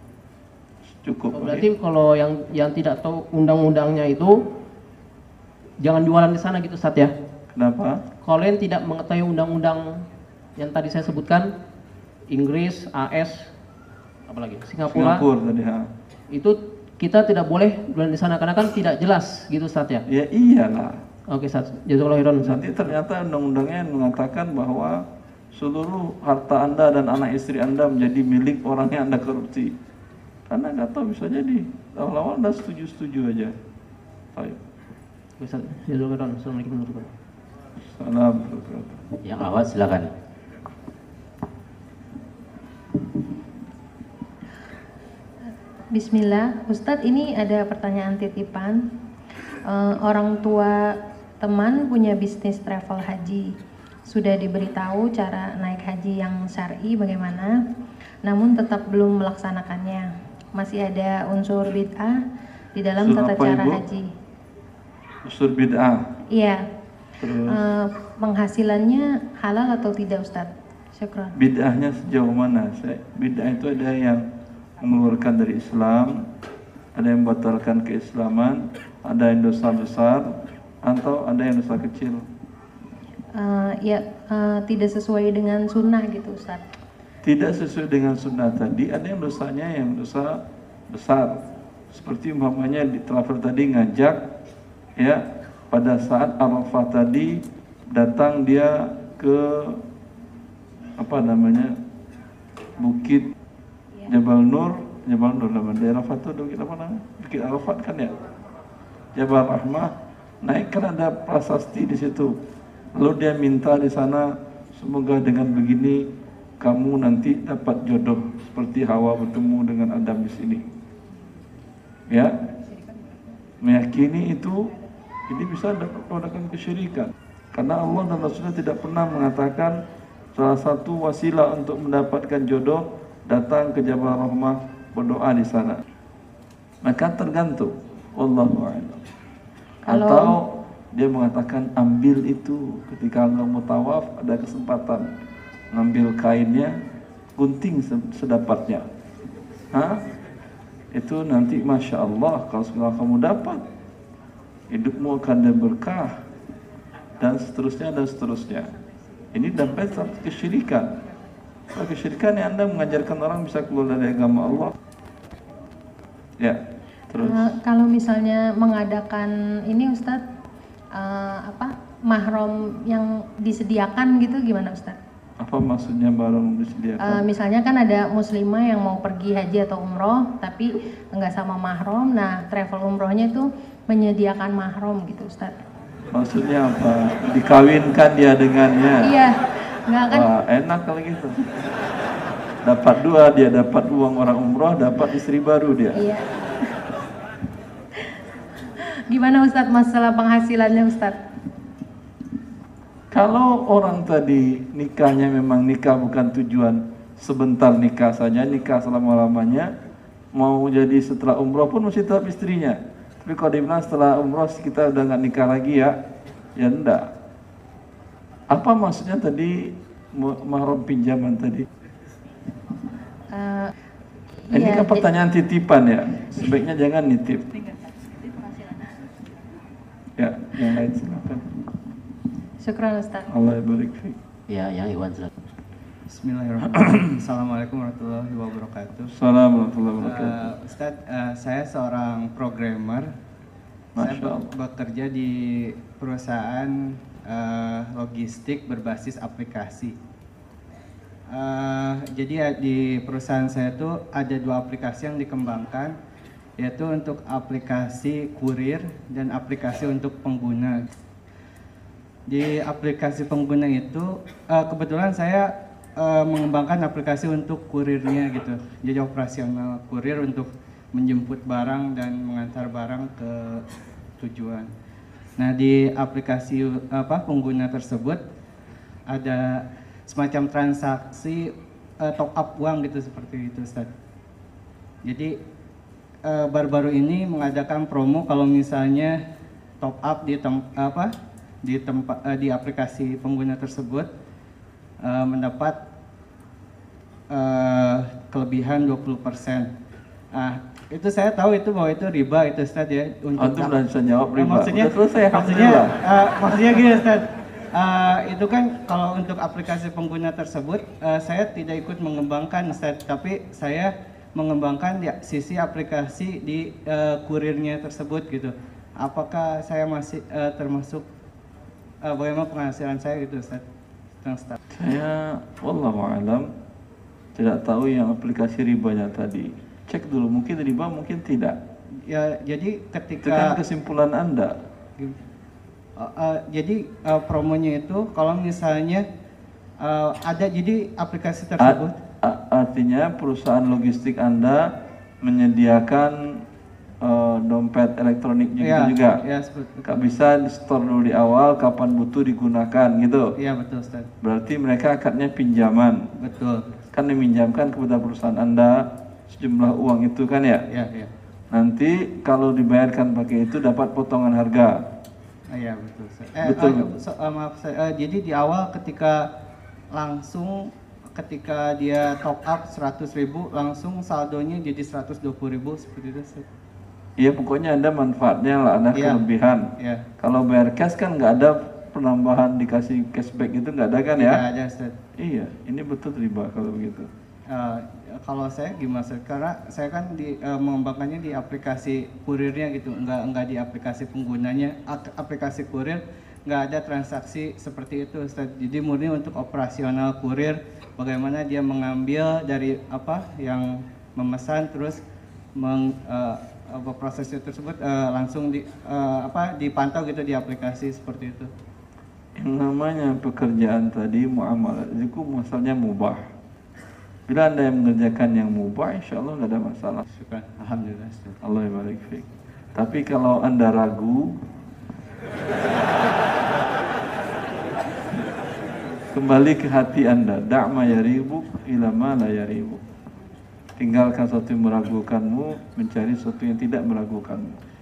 Cukup. berarti kalau yang tidak tahu undang-undangnya itu jangan jualan di sana gitu, Ustaz ya. Kenapa? Kalau yang tidak mengetahui undang-undang yang tadi saya sebutkan, Inggris, AS, apalagi Singapura tadi, itu kita tidak boleh jualan di sana karena kan tidak jelas gitu, Ustaz ya. Ya iyalah. Oke, Ustaz. Jazakallahu khairan, Ustaz. Nanti ternyata undang-undangnya mengatakan bahwa seluruh harta Anda dan anak istri Anda menjadi milik orang yang Anda korupsi. Karena nggak tahu, bisa jadi awal-awal Anda setuju-setuju aja. Baik. Ustaz, jazakallahu khairan. Assalamualaikum warahmatullahi wabarakatuh. Salam. Yang awal silakan. Bismillah, Ustadz, ini ada pertanyaan titipan. Orang tua teman punya bisnis travel haji, sudah diberitahu cara naik haji yang syar'i bagaimana, namun tetap belum melaksanakannya. Masih ada unsur bid'ah di dalam tata cara haji. Unsur bid'ah? Iya. Penghasilannya halal atau tidak, Ustadz? Syukran. Bid'ahnya sejauh mana? Bid'ah itu ada yang mengeluarkan dari Islam, ada yang membatalkan keislaman, ada yang dosa besar, atau ada yang dosa kecil. Tidak sesuai dengan sunnah gitu, Ustaz. Tidak sesuai dengan sunnah tadi, ada yang dosanya yang dosa besar. Seperti umpamanya di travel tadi ngajak, ya, pada saat Arafah tadi datang dia ke Bukit Jabal Nur nama daerah Fatu, Bukit apa namanya? Bukit Arafat kan ya? Jabal Rahmah, naik kan ada prasasti di situ. Lalu dia minta di sana, semoga dengan begini kamu nanti dapat jodoh seperti Hawa bertemu dengan Adam di sini. Ya, meyakini itu ini bisa mendapatkan kesyirikan. Karena Allah dan Rasulnya tidak pernah mengatakan salah satu wasilah untuk mendapatkan jodoh datang ke Jabal Rahmah berdoa di sana. Maka tergantung, wallahu a'lam. Atau dia mengatakan ambil itu. Ketika engkau mau tawaf ada kesempatan, ngambil kainnya, gunting sedapatnya. Itu nanti Masya Allah, kalau setelah kamu dapat, hidupmu akan ada berkah, dan seterusnya dan seterusnya. Ini dapat satu kesyirikan. Kesyirikan yang Anda mengajarkan orang bisa keluar dari agama Allah. Ya, terus. Kalau misalnya mengadakan ini Ustadz, mahram yang disediakan gitu gimana Ustadz? Apa maksudnya mahram disediakan? Misalnya kan ada muslimah yang mau pergi haji atau umroh tapi enggak sama mahram, nah travel umrohnya itu menyediakan mahram gitu Ustadz. Maksudnya apa? Dikawinkan dia dengannya? Iya, enggak kan? Wah, enak kalau gitu. Dapat dua, dia dapat uang orang umroh, dapat istri baru dia. Iya. Gimana Ustadz masalah penghasilannya Ustadz? Kalau orang tadi nikahnya memang nikah bukan tujuan sebentar nikah saja, nikah selama-lamanya, mau jadi setelah umroh pun masih tetap istrinya. Tapi kalau dibilang setelah umroh kita udah nggak nikah lagi ya enggak. Apa maksudnya tadi mahram pinjaman tadi? Ini kan pertanyaan titipan ya, sebaiknya jangan nitip. Ya, yang lain silakan. Syukran Ustaz. Allah barik fiik. Ya, yang Iwan. Bismillahirrahmanirrahim. Assalamualaikum warahmatullahi wabarakatuh. Assalamualaikum warahmatullahi wabarakatuh. Ustadz, saya seorang programmer. Masya Saya Allah. bekerja di perusahaan logistik berbasis aplikasi. Jadi di perusahaan saya itu ada 2 aplikasi yang dikembangkan, yaitu untuk aplikasi kurir dan aplikasi untuk pengguna. Di aplikasi pengguna itu kebetulan saya mengembangkan aplikasi untuk kurirnya gitu. Jadi operasional kurir untuk menjemput barang dan mengantar barang ke tujuan. Nah, di aplikasi pengguna tersebut ada semacam transaksi top up uang gitu, seperti itu Ustaz. Jadi baru-baru ini mengadakan promo kalau misalnya top up di aplikasi pengguna tersebut mendapat kelebihan 20%. Itu saya tahu itu bahwa itu riba itu Ustaz ya. Antum udah bisa jawab riba. Maksudnya, Udah selesai, maksudnya gini Ustaz. Itu kan kalau untuk aplikasi pengguna tersebut saya tidak ikut mengembangkan Ustaz, tapi saya mengembangkan sisi aplikasi di kurirnya tersebut gitu. Apakah saya masih termasuk bagaimana penghasilan saya gitu Ustaz? Saya wallahu alam tidak tahu yang aplikasi ribanya tadi. Cek dulu, mungkin riba, mungkin tidak. Ya, jadi Itu ketika kan kesimpulan Anda. Jadi promonya itu kalau misalnya ada jadi aplikasi tersebut Artinya perusahaan logistik Anda menyediakan dompet elektronik juga. Ya, seperti itu. Bisa di store dulu di awal, kapan butuh digunakan gitu. Iya, betul Ustaz. Berarti mereka akadnya pinjaman. Betul. Kan diminjamkan kepada perusahaan Anda sejumlah uang itu kan ya? Iya. Nanti kalau dibayarkan pakai itu dapat potongan harga. Iya, betul Ustaz. Betul. Maaf saya, jadi di awal ketika dia top up 100.000 langsung saldonya jadi 120.000 seperti itu Ustaz. Iya, pokoknya ada manfaatnya lah, ada kelebihan. Iya. Kalau bayar cash kan nggak ada penambahan dikasih cashback itu nggak ada kan ya? Nggak ada Ustaz. Iya, ini betul riba kalau begitu. Kalau saya gimana Ustaz? Karena saya kan mengembangkannya di aplikasi kurirnya gitu, nggak di aplikasi penggunanya. Aplikasi kurir nggak ada transaksi seperti itu Ustaz. Jadi murni untuk operasional kurir, bagaimana dia mengambil dari yang memesan terus prosesnya tersebut langsung dipantau gitu di aplikasi seperti itu. Yang namanya pekerjaan tadi muamalah itu masalahnya mubah. Bila Anda yang mengerjakan yang mubah, insya Allah nggak ada masalah. Syukur. Alhamdulillah Ustaz. Allah barik fiik. Tapi kalau Anda ragu, kembali ke hati Anda. Da'ma yaribuk ila ma la yaribuk. Tinggalkan sesuatu yang meragukanmu, mencari sesuatu yang tidak meragukanmu.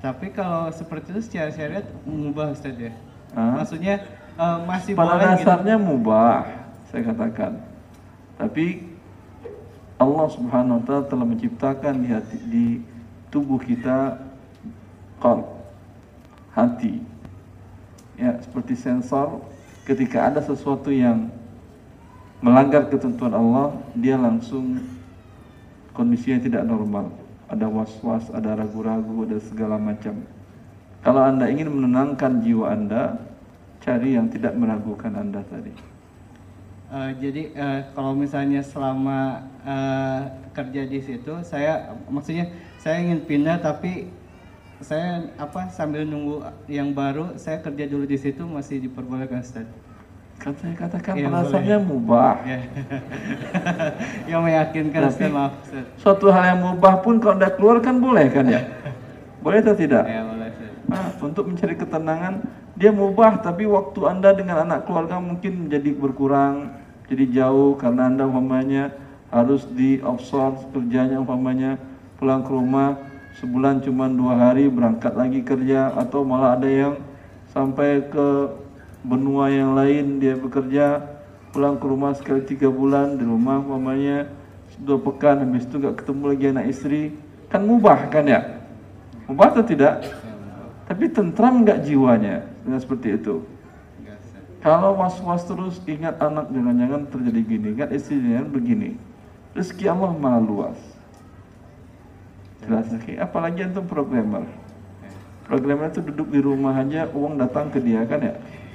Tapi kalau seperti itu secara syariat mubah Ustaz ya? Hah? Maksudnya masih Pada boleh dasarnya mubah, saya katakan. Tapi Allah Subhanahu wa taala telah menciptakan di tubuh kita qalb, hati. Ya, seperti sensor, ketika ada sesuatu yang melanggar ketentuan Allah, dia langsung kondisinya tidak normal. Ada was-was, ada ragu-ragu, ada segala macam. Kalau Anda ingin menenangkan jiwa Anda, cari yang tidak meragukan Anda tadi. Jadi kalau misalnya selama kerja di situ, maksudnya saya ingin pindah, tapi saya sambil nunggu yang baru, saya kerja dulu di situ masih diperbolehkan Ustaz? Kan saya katakan Iya, alasannya mubah. Ya. Yang meyakinkan Tapi Ustaz, maaf Ustaz. suatu hal yang mubah pun kalau Anda keluar kan boleh kan ya? Boleh atau tidak? Ya boleh Ustaz. Nah, untuk mencari ketenangan, dia mubah, tapi waktu Anda dengan anak keluarga mungkin menjadi berkurang, jadi jauh karena Anda umpamanya harus di offshore kerjanya, umpamanya pulang ke rumah sebulan cuma 2 hari berangkat lagi kerja, atau malah ada yang sampai ke benua yang lain dia bekerja, pulang ke rumah sekali 3 bulan, di rumah umpamanya 2 pekan, habis itu gak ketemu lagi anak istri. Kan mubah kan ya? Mubah atau tidak? Tapi tentram gak jiwanya dengan seperti itu? Kalau was-was terus, ingat anak jangan-jangan terjadi gini, ingat istri jangan begini. Rezeki Allah maha luas. Jelas rezeki. Apalagi antum programmer. Programmer itu duduk di rumah aja, uang datang ke dia kan ya?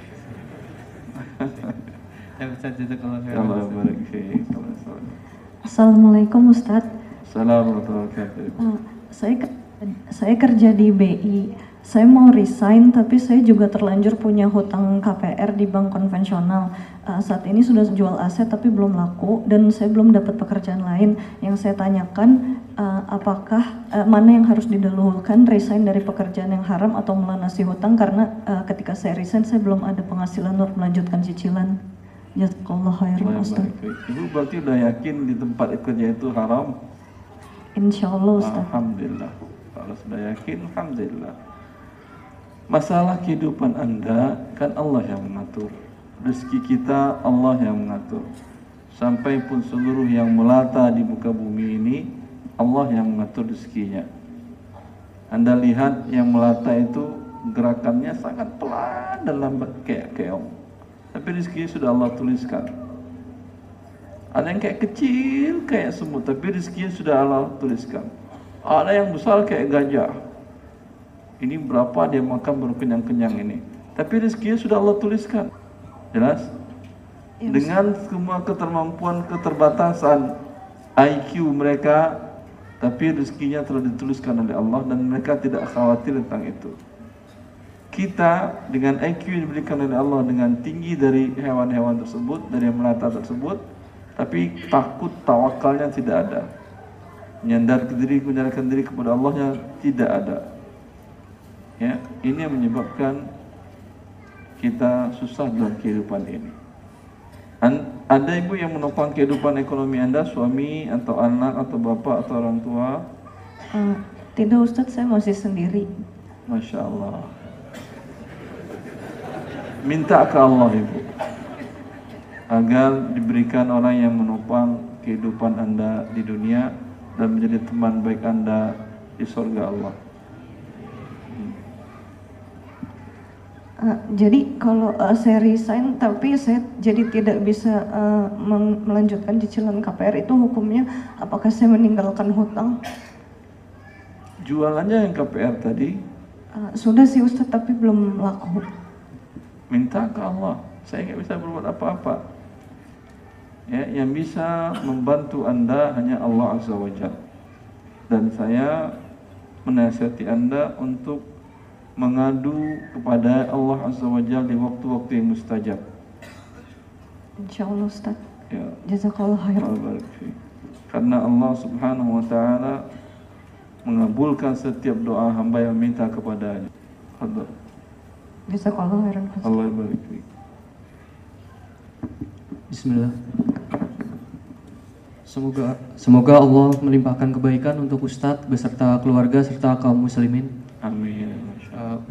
Allah barik fiik. Assalamualaikum Ustadz. Assalamualaikum warahmatullahi wabarakatuh. Saya kerja di BI. Saya mau resign, tapi saya juga terlanjur punya hutang KPR di bank konvensional. Saat ini sudah jual aset tapi belum laku, dan saya belum dapat pekerjaan lain. Yang saya tanyakan, apakah mana yang harus didahulukan, resign dari pekerjaan yang haram atau melunasi hutang, karena ketika saya resign saya belum ada penghasilan untuk melanjutkan cicilan. Jazakallah khairan Ustaz. Ibu berarti udah yakin di tempat kerja itu haram? Insya Allah Ustaz. Alhamdulillah. Kalau sudah yakin, alhamdulillah. Masalah kehidupan Anda kan Allah yang mengatur. Rezeki kita Allah yang mengatur. Sampai pun seluruh yang melata di muka bumi ini Allah yang mengatur rezekinya. Anda lihat yang melata itu gerakannya sangat pelan dan lambat kayak keong. Tapi rezekinya sudah Allah tuliskan. Ada yang kayak kecil kayak semut, tapi rezekinya sudah Allah tuliskan. Ada yang besar kayak gajah. Ini berapa dia makan baru kenyang-kenyang ini. Tapi rezekinya sudah Allah tuliskan. Jelas? Ya, dengan semua ketermampuan, keterbatasan IQ mereka, tapi rezekinya telah dituliskan oleh Allah dan mereka tidak khawatir tentang itu. Kita dengan IQ yang diberikan oleh Allah dengan tinggi dari hewan-hewan tersebut, dari yang melata tersebut, tapi takut tawakalnya tidak ada. Menyandarkan diri kepada Allahnya tidak ada. Ya, ini yang menyebabkan kita susah dalam kehidupan ini. Ada ibu yang menopang kehidupan ekonomi Anda, suami atau anak atau bapak atau orang tua? Tidak Ustadz, saya masih sendiri. Masya Allah. Minta ke Allah ibu, agar diberikan orang yang menopang kehidupan Anda di dunia dan menjadi teman baik Anda di surga Allah. Jadi kalau saya resign tapi saya jadi tidak bisa melanjutkan cicilan KPR, itu hukumnya apakah saya meninggalkan hutang? Jualannya yang KPR tadi? Sudah sih Ustadz, tapi belum laku. Minta ke Allah. Saya nggak bisa berbuat apa-apa. Ya, yang bisa membantu Anda hanya Allah Azza wa Jalla. Dan saya menasihati Anda untuk mengadu kepada Allah Azza wa Jalla di waktu-waktu yang mustajab. Insyaallah Ustaz. Ya. Jazakallah khairan. Karena Allah Subhanahu wa taala mengabulkan setiap doa hamba yang minta kepadanya. Jazakallah khairan. Allah barik fiik. Bismillah. Semoga Allah melimpahkan kebaikan untuk Ustadz beserta keluarga serta kaum muslimin. Amin.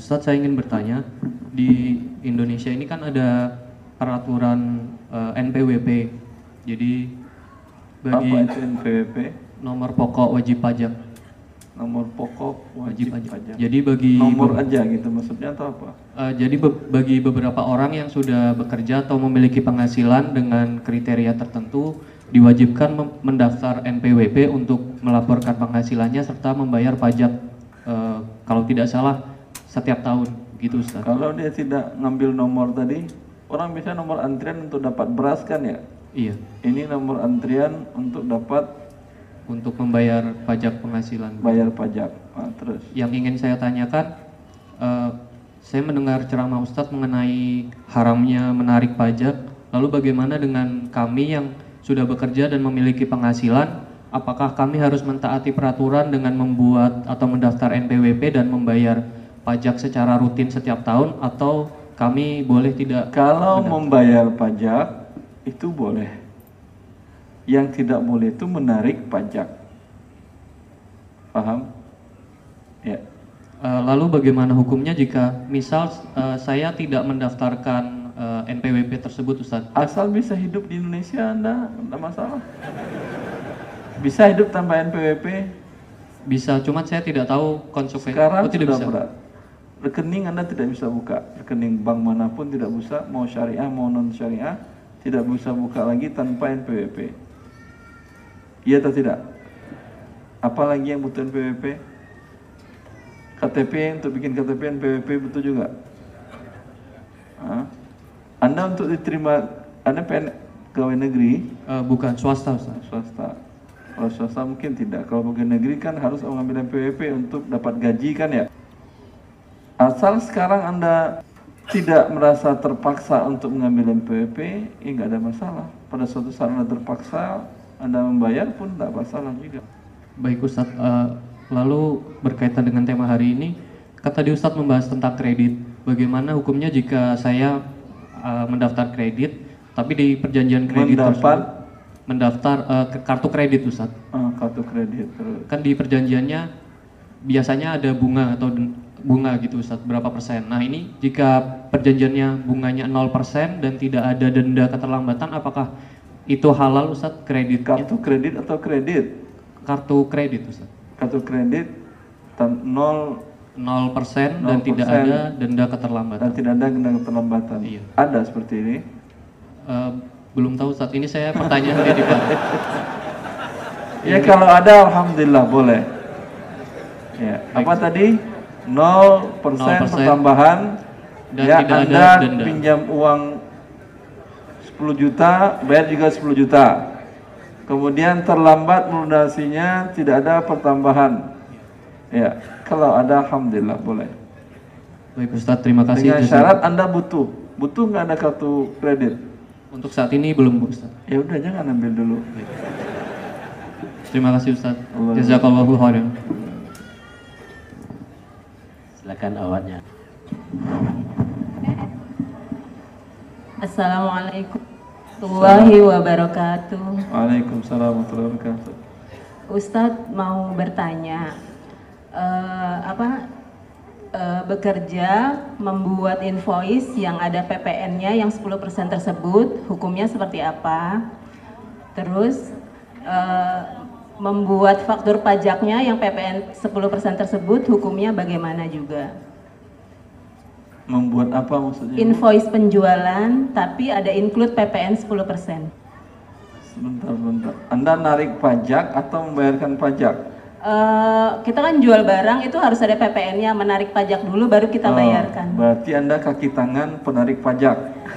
Ustadz, saya ingin bertanya, di Indonesia ini kan ada peraturan NPWP. Jadi bagi Apa itu NPWP? nomor pokok wajib pajak. Nomor pokok wajib pajak. Jadi bagi Nomor aja gitu maksudnya atau apa? jadi bagi beberapa orang yang sudah bekerja atau memiliki penghasilan dengan kriteria tertentu diwajibkan mendaftar NPWP untuk melaporkan penghasilannya serta membayar pajak kalau tidak salah setiap tahun gitu, Ustaz. Kalau dia tidak ngambil nomor tadi, orang bisa nomor antrian untuk dapat beras kan ya? Iya, Ini nomor antrian untuk dapat untuk membayar pajak penghasilan. bayar pajak. Nah, terus Yang ingin saya tanyakan, saya mendengar ceramah Ustadz mengenai haramnya menarik pajak. Lalu bagaimana dengan kami yang sudah bekerja dan memiliki penghasilan? Apakah kami harus mentaati peraturan dengan membuat atau mendaftar NPWP dan membayar pajak secara rutin setiap tahun, atau kami boleh tidak? kalau membayar pajak itu boleh. Yang tidak boleh itu menarik pajak. Paham? Ya. Lalu bagaimana hukumnya jika misal saya tidak mendaftarkan NPWP tersebut, Ustaz? Asal bisa hidup di Indonesia Anda tidak masalah. Bisa hidup tanpa NPWP. Bisa, cuma saya tidak tahu konsekuensi. Sekarang Tidak sudah bisa. berat. Rekening Anda tidak bisa buka. Rekening bank manapun tidak bisa, mau syariah mau non syariah, tidak bisa buka lagi tanpa NPWP. Iya atau tidak? Apalagi yang butuh NPWP? KTP, untuk bikin KTP NPWP butuh juga. Anda untuk diterima, Anda pegawai negeri? Bukan, swasta, Ustaz. Swasta. Kalau swasta mungkin tidak. Kalau pegawai negeri kan harus mengambil NPWP untuk dapat gaji kan ya. Asal sekarang Anda tidak merasa terpaksa untuk mengambil NPWP, ya nggak ada masalah. Pada suatu saat Anda terpaksa, Anda membayar pun tidak masalah juga. Baik, Ustaz. Lalu berkaitan dengan tema hari ini, kan tadi Ustaz membahas tentang kredit. Bagaimana hukumnya jika saya mendaftar kredit, tapi di perjanjian kredit mendaftar kartu kredit, Ustaz? Kartu kredit. Terus. Kan di perjanjiannya biasanya ada bunga atau bunga gitu, Ustaz, berapa persen. Nah ini jika perjanjiannya bunganya 0% dan tidak ada denda keterlambatan, apakah itu halal, Ustaz, kredit? Kartu kredit atau kredit? Kartu kredit, Ustaz. Kartu kredit 0% 0% dan tidak ada denda keterlambatan. Dan tidak ada denda keterlambatan. Iya. Ada seperti ini? Belum tahu, Ustaz. Ini saya pertanyaan di Pak. Ya kalau ada alhamdulillah boleh. Ya, apa tadi? 0% pertambahan dan ya, tidak Anda ada denda. pinjam uang 10 juta, bayar juga 10 juta. Kemudian terlambat melunasinya, tidak ada pertambahan. Ya, kalau ada alhamdulillah boleh. Baik, Ustaz, terima kasih. Dengan syarat Anda butuh nggak ada kartu kredit? Untuk saat ini belum, Ustaz. Ya udah jangan ambil dulu. Baik. Terima kasih, Ustaz. Jazakallahu khairan. Silakan awalnya. Assalamualaikum warahmatullahi wabarakatuh. Waalaikumsalam warahmatullahi wabarakatuh. Ustadz mau bertanya, bekerja membuat invoice yang ada PPN-nya yang 10% tersebut, hukumnya seperti apa? Terus membuat faktur pajaknya yang PPN 10% tersebut, hukumnya bagaimana juga? Membuat apa maksudnya? Invoice penjualan tapi ada include PPN 10%. Sebentar. Anda narik pajak atau membayarkan pajak? Kita kan jual barang itu harus ada PPN-nya, menarik pajak dulu baru kita bayarkan. Berarti Anda kaki tangan penarik pajak.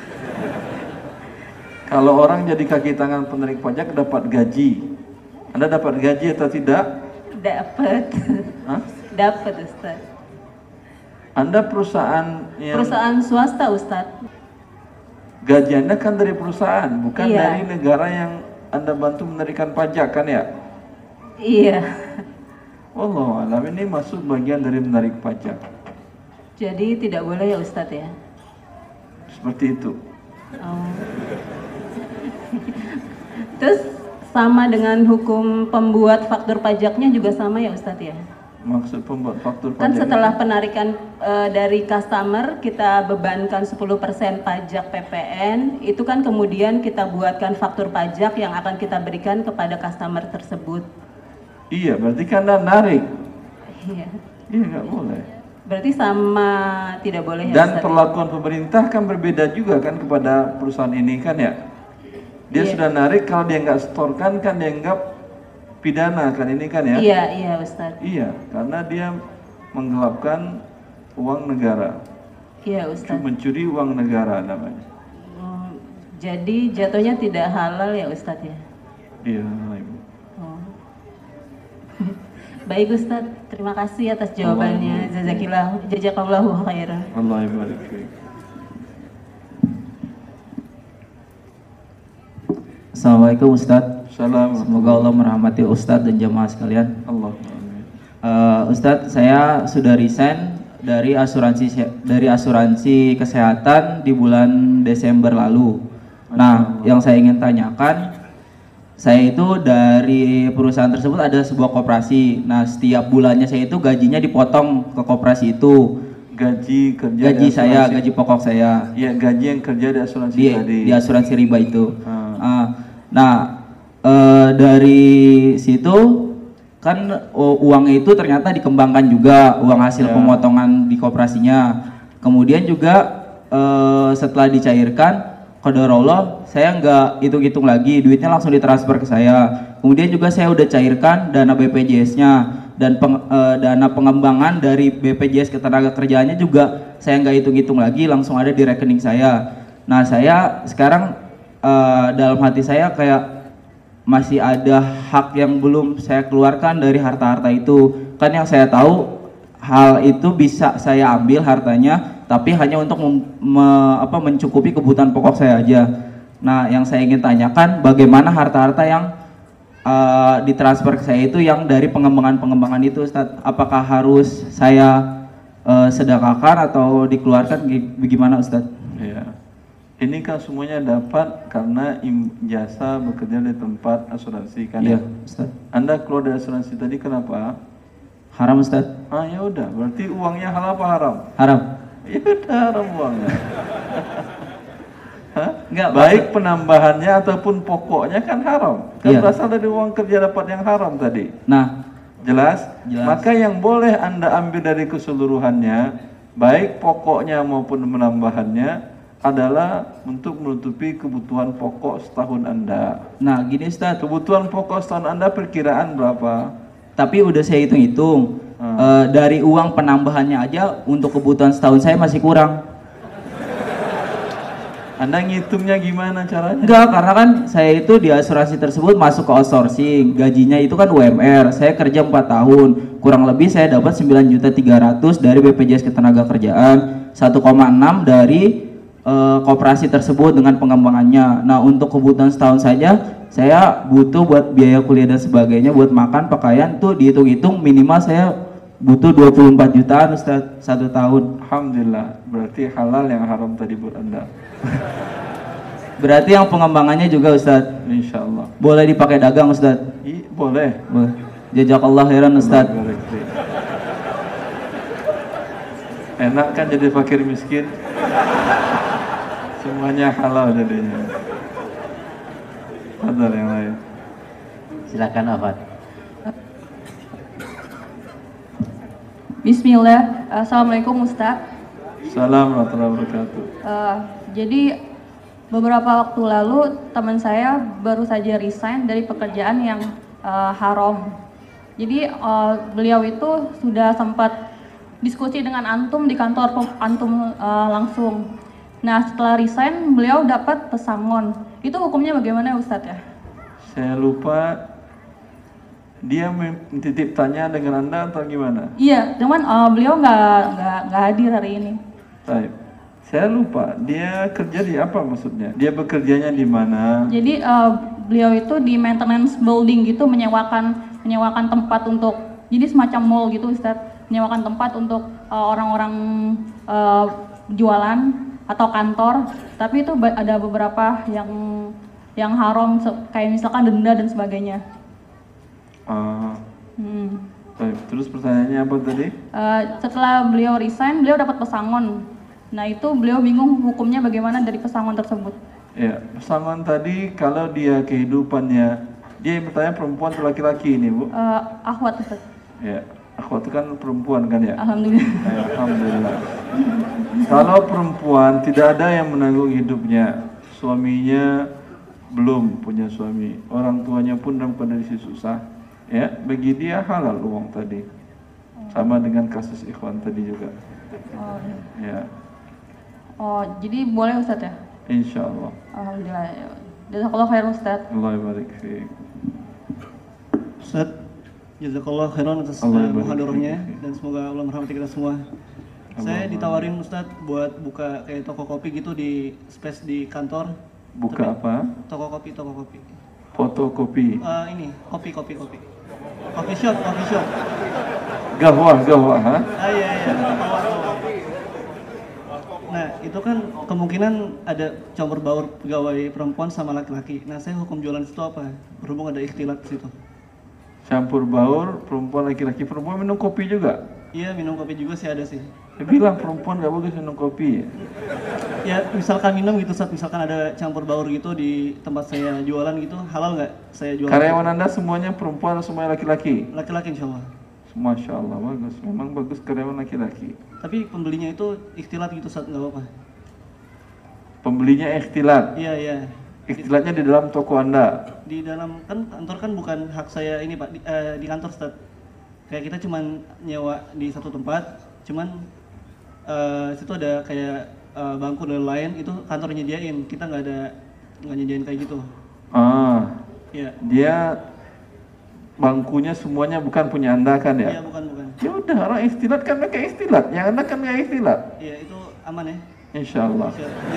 Kalau orang jadi kaki tangan penarik pajak dapat gaji. Anda dapat gaji atau tidak? Dapat. Dapat, Ustaz. Anda perusahaan yang Perusahaan swasta, Ustaz. gaji Anda kan dari perusahaan, bukan Iya. dari negara yang Anda bantu menarikan pajak kan ya? Iya. Wallahualam, ini masuk bagian dari menarik pajak. Jadi tidak boleh ya, Ustaz ya? Seperti itu. Oh. Terus sama dengan hukum pembuat faktur pajaknya juga sama ya, Ustaz ya? Maksud pembuat faktur Kan pajak setelah itu? penarikan dari customer kita bebankan 10% pajak PPN, itu kan kemudian kita buatkan faktur pajak yang akan kita berikan kepada customer tersebut. Iya, berarti kan Anda narik. Iya. Iya, nggak boleh. Berarti sama tidak boleh ya, Dan Ustaz? perlakuan pemerintah kan berbeda juga kan kepada perusahaan ini kan ya. Dia Iya. sudah narik, kalau dia nggak setorkan kan dianggap pidana kan ini kan ya. Iya, iya Ustaz. Iya, karena dia menggelapkan uang negara. Iya Ustaz. Mencuri uang negara namanya. Jadi jatuhnya tidak halal ya Ustaz ya? Iya, Ibu. Oh. Baik Ustaz, terima kasih atas jawabannya. Jazakallahu khairan. Allah barik fiik. Assalamualaikum Ustadz. Salam. Semoga Allah merahmati Ustadz dan jamaah sekalian. Allah. Ustadz, saya sudah resign dari asuransi kesehatan di bulan Desember lalu. Nah, yang saya ingin tanyakan, saya itu dari perusahaan tersebut ada sebuah koperasi. Nah, setiap bulannya saya itu gajinya dipotong ke koperasi itu. Gaji kerja. Gaji saya, gaji pokok saya. Iya, gaji yang kerja di asuransi tadi. Di asuransi riba itu. Dari situ kan uangnya itu ternyata dikembangkan juga, uang hasil pemotongan di koperasinya. Kemudian juga setelah dicairkan, qadarullah saya nggak hitung-hitung lagi, duitnya langsung ditransfer ke saya. Kemudian juga saya udah cairkan dana BPJS-nya dan dana pengembangan dari BPJS ketenagakerjaannya juga saya nggak hitung-hitung lagi, langsung ada di rekening saya. Nah, saya sekarang dalam hati saya kayak masih ada hak yang belum saya keluarkan dari harta-harta itu. Kan yang saya tahu hal itu bisa saya ambil hartanya, tapi hanya untuk mencukupi kebutuhan pokok saya aja. Nah, yang saya ingin tanyakan, bagaimana harta-harta yang ditransfer ke saya itu yang dari pengembangan itu, Ustadz? Apakah harus saya sedekahkan atau dikeluarkan, bagaimana Ustadz? Iya. Ini kan semuanya dapat karena jasa bekerja di tempat asuransi kan ya? Iya, Ustaz. Anda keluar dari asuransi tadi kenapa? Haram, Ustaz. Ya udah, berarti uangnya halal apa haram? Haram. Ya udah, haram uangnya. Enggak, baik penambahannya ataupun pokoknya kan haram. Kan berasal dari uang kerja dapat yang haram tadi. Nah, jelas? Maka yang boleh Anda ambil dari keseluruhannya, baik pokoknya maupun penambahannya, adalah untuk menutupi kebutuhan pokok setahun Anda. Nah, gini Ustaz, kebutuhan pokok setahun Anda perkiraan berapa? Tapi udah saya hitung-hitung, dari uang penambahannya aja untuk kebutuhan setahun saya masih kurang. Anda ngitungnya gimana caranya? Enggak, karena kan saya itu di asuransi tersebut masuk ke outsourcing, gajinya itu kan UMR, saya kerja 4 tahun, kurang lebih saya dapat 9.300.000 dari BPJS Ketenagakerjaan, 1,6 dari koperasi tersebut dengan pengembangannya. Nah, untuk kebutuhan setahun saja saya butuh buat biaya kuliah dan sebagainya, buat makan, pakaian tuh dihitung-hitung minimal saya butuh 24 jutaan Ustaz 1 tahun. Alhamdulillah, berarti halal yang haram tadi buat Anda. Berarti yang pengembangannya juga Ustaz? Insyaallah. Boleh dipakai dagang Ustaz? Boleh. Jazakallah khairan Ustaz. Enak kan jadi fakir miskin? Semuanya halal jadinya. Ada yang lain. Silakan Afad. Bismillah. Assalamualaikum Ustaz. Assalamualaikum warahmatullahi wabarakatuh. Jadi beberapa waktu lalu teman saya baru saja resign dari pekerjaan yang haram. Jadi beliau itu sudah sempat diskusi dengan antum di kantor antum langsung. Nah, setelah resign beliau dapat pesangon. Itu hukumnya bagaimana Ustadz ya? Saya lupa, dia titip tanya dengan Anda atau gimana? Iya, cuman beliau nggak hadir hari ini. Baik. Saya lupa, dia kerja di apa maksudnya? Dia bekerjanya di mana? Jadi beliau itu di maintenance building gitu, menyewakan tempat untuk, jadi semacam mall gitu Ustadz, menyewakan tempat untuk orang-orang jualan atau kantor, tapi itu ada beberapa yang haram kayak misalkan denda dan sebagainya. Baik, terus pertanyaannya apa tadi? Setelah beliau resign, beliau dapat pesangon. Nah itu beliau bingung hukumnya bagaimana dari pesangon tersebut. Ya, pesangon tadi kalau dia kehidupannya, dia yang bertanya perempuan atau laki-laki ini, Bu? Akhwat, Ustaz. Ya, akhwat itu kan perempuan kan ya? Alhamdulillah. Ya, alhamdulillah. Kalau perempuan tidak ada yang menanggung hidupnya, suaminya belum punya suami, orang tuanya pun dalam kondisi susah, ya, bagi dia halal uang tadi. Sama dengan kasus ikhwan tadi juga. Oh, Ya. Oh, jadi boleh Ustaz ya? Insya Allah. Alhamdulillah. Jazakallah khair Ustaz. Allah barik fiik. Ustaz, jazakallah khairan atas Allah barik muhadarahnya fiik. dan semoga Allah merahmati kita semua. Saya ditawarin Ustaz buat buka kayak toko kopi gitu di space di kantor. Buka apa? Toko kopi. Fotokopi. Ini kopi. Coffee shop. Gahwah, ha? Iya. Nah, itu kan kemungkinan ada campur baur pegawai perempuan sama laki-laki. Nah, saya hukum jualan itu apa? Berhubung ada ikhtilat di situ. Campur baur perempuan laki-laki. Perempuan minum kopi juga? Iya, minum kopi juga sih ada sih. Dia bilang perempuan gak bagus minum kopi. Ya, misalkan minum gitu, saat misalkan ada campur baur gitu di tempat saya jualan gitu, halal nggak saya jualan? Karyawan Anda semuanya perempuan atau semuanya laki-laki? Laki-laki insya Allah. Masya Allah, bagus. Memang bagus karyawan laki-laki. Tapi pembelinya itu ikhtilat gitu, saat nggak apa-apa. Pembelinya ikhtilat? Iya. Ikhtilatnya di dalam toko Anda? Di dalam, kan kantor kan bukan hak saya ini Pak, di kantor Ustaz. Kayak kita cuman nyewa di satu tempat, cuman situ ada kayak bangku dan lain, itu kantor nyediain, kita nggak nyediain kayak gitu. Iya. Dia Bangkunya semuanya bukan punya Anda kan ya? Iya, bukan. Ya udah, orang ikhtilat kan mereka ikhtilat, yang Anda kan nggak ikhtilat. Iya, itu aman ya? Insya Allah.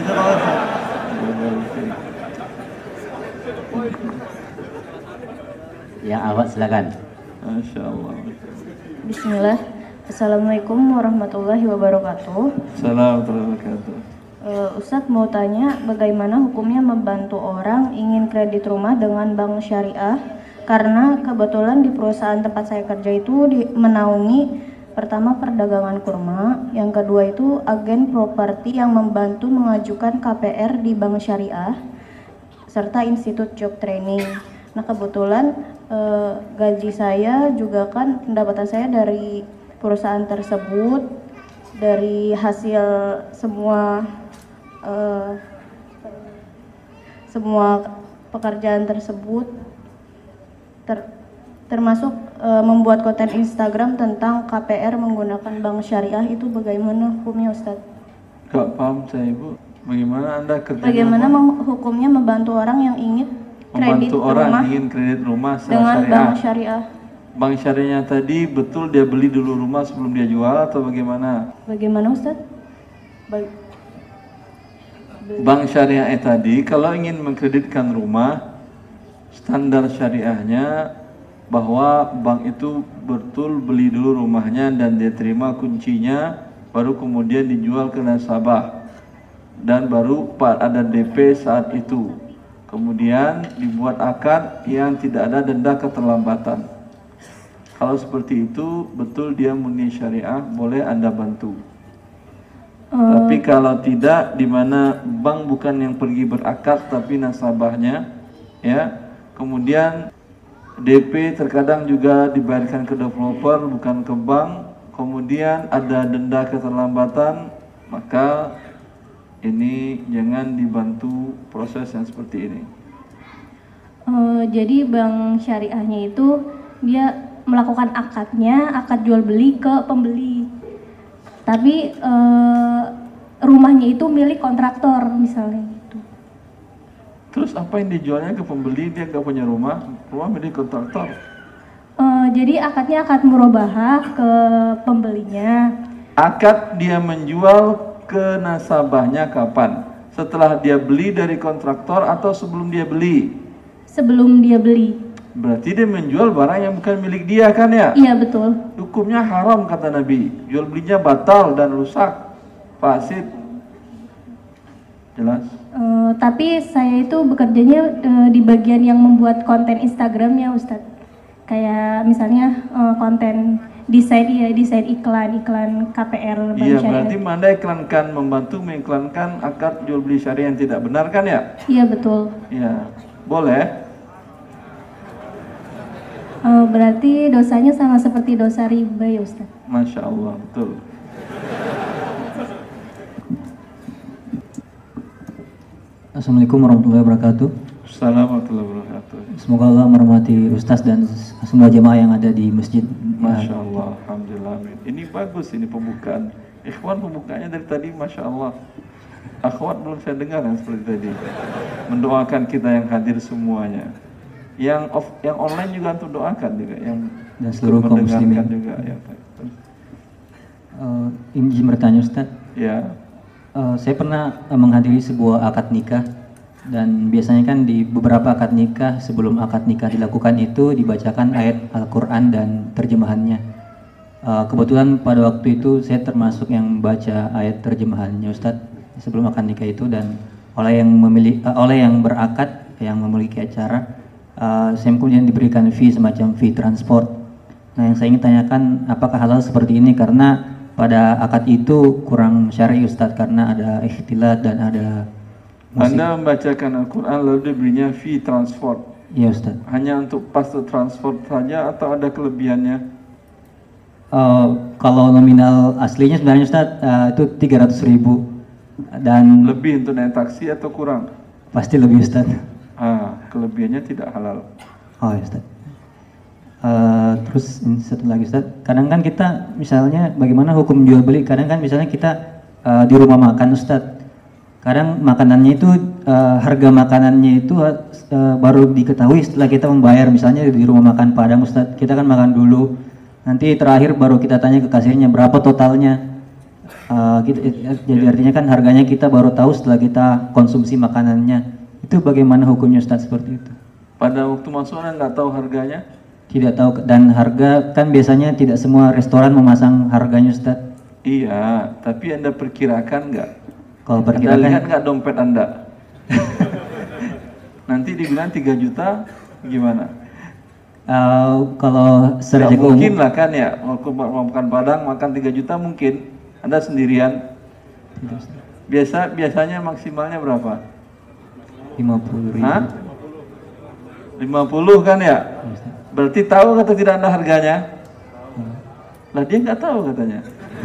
Ya, awak silakan. Masya Allah. Bismillah. Assalamualaikum warahmatullahi wabarakatuh. Assalamualaikum warahmatullahi wabarakatuh. Ustadz mau tanya, bagaimana hukumnya membantu orang ingin kredit rumah dengan bank syariah? Karena kebetulan di perusahaan tempat saya kerja itu menaungi pertama perdagangan kurma, yang kedua itu agen properti yang membantu mengajukan KPR di bank syariah, serta institut job training. Nah kebetulan gaji saya juga kan pendapatan saya dari perusahaan tersebut, dari hasil semua pekerjaan tersebut, termasuk membuat konten Instagram tentang KPR menggunakan bank syariah. Itu bagaimana hukumnya Ustadz? Gak paham saya Ibu, bagaimana Anda kerja? Bagaimana hukumnya membantu orang yang ingin kredit rumah ingin kredit rumah dengan syariah. bank syariah? Bank syariahnya tadi betul dia beli dulu rumah sebelum dia jual atau bagaimana? Bagaimana Ustadz? Bank syariah tadi kalau ingin mengkreditkan rumah, standar syariahnya bahwa bank itu betul beli dulu rumahnya dan dia terima kuncinya, baru kemudian dijual ke nasabah dan baru ada DP saat itu. Kemudian dibuat akad yang tidak ada denda keterlambatan. Kalau seperti itu betul dia murni syariah, boleh Anda bantu. Tapi kalau tidak, di mana bank bukan yang pergi berakad tapi nasabahnya, ya. Kemudian DP terkadang juga dibayarkan ke developer bukan ke bank. Kemudian ada denda keterlambatan, maka ini jangan dibantu proses yang seperti ini. Jadi bank syariahnya itu dia melakukan akad jual beli ke pembeli. Tapi rumahnya itu milik kontraktor misalnya gitu. Terus apa yang dijualnya ke pembeli? Dia nggak punya rumah milik kontraktor. Jadi akadnya akad murabahah ke pembelinya. Akad dia menjual ke nasabahnya kapan? Setelah dia beli dari kontraktor atau sebelum dia beli? Sebelum dia beli. Berarti dia menjual barang yang bukan milik dia kan ya? Iya betul. Hukumnya haram kata Nabi. Jual belinya batal dan rusak, fasid. Jelas? Tapi saya itu bekerjanya di bagian yang membuat konten Instagramnya Ustadz. kayak misalnya konten desain iklan KPR Bank Iya, Syariah. berarti Anda iklankan, membantu mengiklankan akad jual beli syariah yang tidak benar kan ya? Iya betul. Iya, boleh. Berarti dosanya sama seperti dosa riba ya Ustaz? Masya Allah, betul. Assalamualaikum warahmatullahi wabarakatuh. Assalamualaikum warahmatullahi wabarakatuh. Semoga Allah merahmati Ustaz dan semua jemaah yang ada di masjid. Masya Allah, alhamdulillah. Amin. Ini bagus ini pembukaan. Ikhwan pembukaannya dari tadi, Masya Allah. Akhwat belum saya dengar yang seperti tadi. Mendoakan kita yang hadir semuanya. Yang online juga untuk doakan juga, yang dan seluruh kaum muslimin juga. Ya. Izin bertanya Ustaz. Ya. Saya pernah menghadiri sebuah akad nikah, dan biasanya kan di beberapa akad nikah sebelum akad nikah dilakukan itu dibacakan ayat Al-Quran dan terjemahannya. Kebetulan pada waktu itu saya termasuk yang baca ayat terjemahannya Ustaz sebelum akad nikah itu, dan oleh yang berakad, yang memiliki acara, saya kemudian diberikan fee semacam fee transport. Nah, yang saya ingin tanyakan, apakah halal seperti ini? Karena pada akad itu kurang syar'i Ustadz, karena ada ikhtilat dan ada musik. Anda membacakan Al-Quran lalu diberinya fee transport. Iya Ustadz. Hanya untuk pas transport saja atau ada kelebihannya? Kalau nominal aslinya sebenarnya Ustadz itu 300.000 dan lebih untuk naik taksi atau kurang? Pasti lebih Ustadz. Kelebihannya tidak halal. Oh ya Ustaz. Terus ini satu lagi Ustaz. Kadang kan kita misalnya bagaimana hukum jual beli? Kadang kan misalnya kita di rumah makan Ustaz. Kadang makanannya itu harga makanannya itu baru diketahui setelah kita membayar. Misalnya di rumah makan Padang Ustaz, kita kan makan dulu. Nanti terakhir baru kita tanya ke kasirnya berapa totalnya. Jadi artinya kan harganya kita baru tahu setelah kita konsumsi makanannya. Itu bagaimana hukumnya Ustaz seperti itu? Pada waktu masuk Anda nggak tahu harganya? Tidak tahu, dan harga kan biasanya tidak semua restoran memasang harganya Ustaz. Iya, tapi Anda perkirakan nggak? Kalau perkirakan, Anda lihat nggak dompet Anda? Nanti dibilang 3 juta, gimana? Kalau secara mungkin lah kan ya, waktu makan Padang makan 3 juta mungkin. Anda sendirian. Biasanya maksimalnya berapa? 50.000. 50 kan ya? Berarti tahu atau tidak Anda harganya? Lah dia nggak tahu katanya.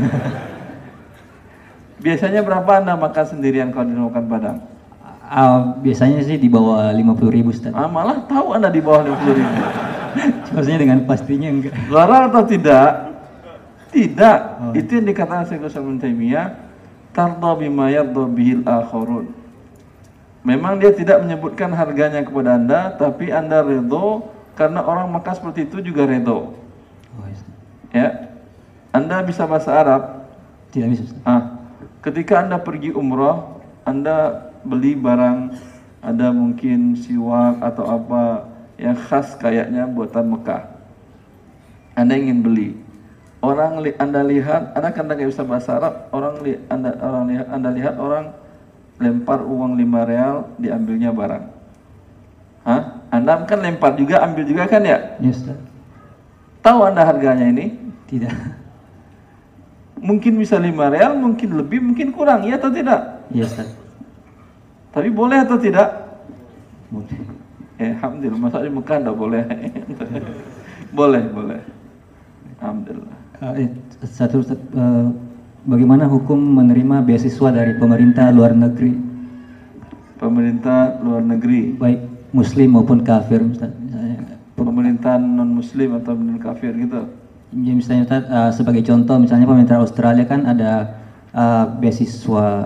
Biasanya berapa Anda makan sendirian kalau di makan Padang? Biasanya sih di bawah 50.000 Ustaz. Malah tahu Anda di bawah 50.000. Maksudnya dengan pastinya enggak. Larang atau tidak? Tidak. Itu yang dikatakan Syekh Ibnu Taimiyah, tarda bima yadda bihil akharun. Memang dia tidak menyebutkan harganya kepada Anda, tapi Anda redho karena orang Makkah seperti itu juga redho. Ya, Anda bisa bahasa Arab? Tidak bisa. Ketika Anda pergi umroh, Anda beli barang, ada mungkin siwak atau apa yang khas kayaknya buatan Mekah. Anda ingin beli. Anda lihat, Anda kan nggak bisa bahasa Arab. Anda lihat orang lempar uang 5 real, diambilnya barang. Anda kan lempar juga, ambil juga kan ya? Yes, Ustaz. Tahu Anda harganya ini? Tidak. Mungkin bisa 5 real, mungkin lebih, mungkin kurang, iya atau tidak? Iya, Ustaz. Tapi boleh atau tidak? Boleh. Alhamdulillah, masa di Mekah enggak boleh? Boleh. Alhamdulillah. Satu Ustaz, bagaimana hukum menerima beasiswa dari pemerintah luar negeri? Pemerintah luar negeri, baik muslim maupun kafir Ustaz. Pemerintahan non muslim atau non kafir gitu. Ya, misalnya Ustaz, sebagai contoh misalnya pemerintah Australia kan ada beasiswa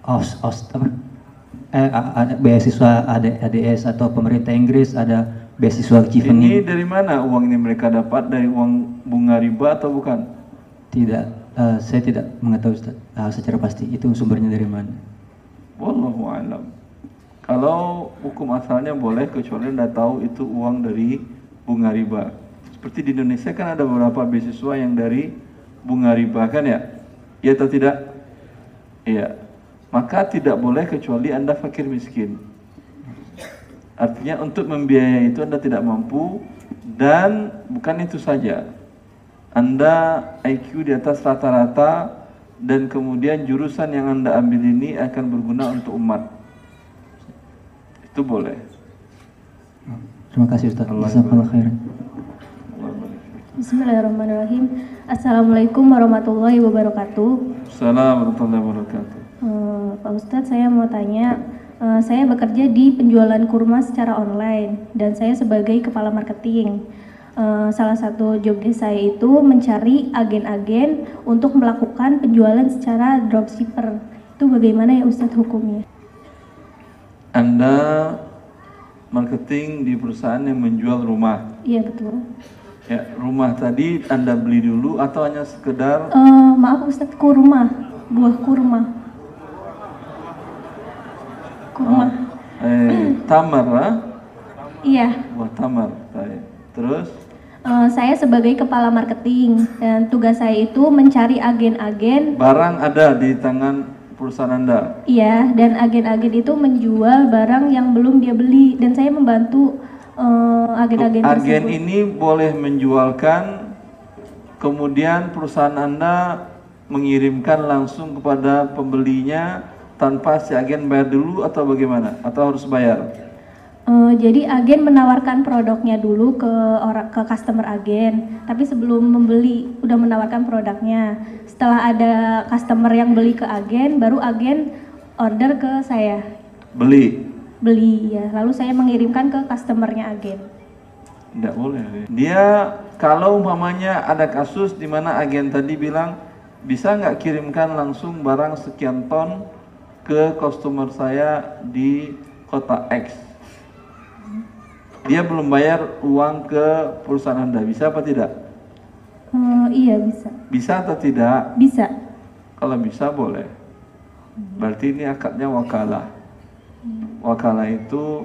ada beasiswa ADS, atau pemerintah Inggris ada beasiswa Chevening. Ini dari mana uang ini mereka dapat? Dari uang bunga riba atau bukan? Tidak, saya tidak mengetahui Ustaz, secara pasti itu sumbernya dari mana. Wallahu a'lam. Kalau hukum asalnya boleh, kecuali Anda tahu itu uang dari bunga riba. Seperti di Indonesia kan ada beberapa beasiswa yang dari bunga riba kan ya? Iya atau tidak? Iya. Maka tidak boleh kecuali Anda fakir miskin. Artinya untuk membiayai itu Anda tidak mampu, Dan bukan itu saja, Anda IQ di atas rata-rata dan kemudian jurusan yang Anda ambil ini akan berguna untuk umat. Itu boleh. Terima kasih Ustaz. Jazakallahu khairan. Bismillahirrahmanirrahim. Assalamualaikum warahmatullahi wabarakatuh. Assalamualaikum warahmatullahi wabarakatuh. Pak Ustadz, saya mau tanya, saya bekerja di penjualan kurma secara online dan saya sebagai kepala marketing. Salah satu job desk saya itu mencari agen-agen untuk melakukan penjualan secara dropshipper. Itu bagaimana ya Ustadz hukumnya? Anda marketing di perusahaan yang menjual rumah. Iya betul. Ya, rumah tadi Anda beli dulu atau hanya sekedar? Maaf Ustadz, kurma, buah kurma. Kurma. Tamar, ah? Iya. Buah tamar. Baik. Terus? Saya sebagai kepala marketing dan tugas saya itu mencari agen-agen. Barang ada di tangan perusahaan Anda? Iya, dan agen-agen itu menjual barang yang belum dia beli dan saya membantu agen-agen tersebut. Agen ini boleh menjualkan, kemudian perusahaan Anda mengirimkan langsung kepada pembelinya tanpa si agen bayar dulu atau bagaimana? Atau harus bayar? Jadi agen menawarkan produknya dulu ke customer agen, tapi sebelum membeli udah menawarkan produknya. Setelah ada customer yang beli ke agen, baru agen order ke saya. Beli ya, lalu saya mengirimkan ke customernya agen. Tidak boleh. Dia kalau umpamanya ada kasus di mana agen tadi bilang bisa nggak kirimkan langsung barang sekian ton ke customer saya di kota X. Dia belum bayar uang ke perusahaan Anda, bisa apa tidak? Iya bisa. Bisa atau tidak? Bisa. Kalau bisa boleh. Berarti ini akadnya wakalah. Wakalah itu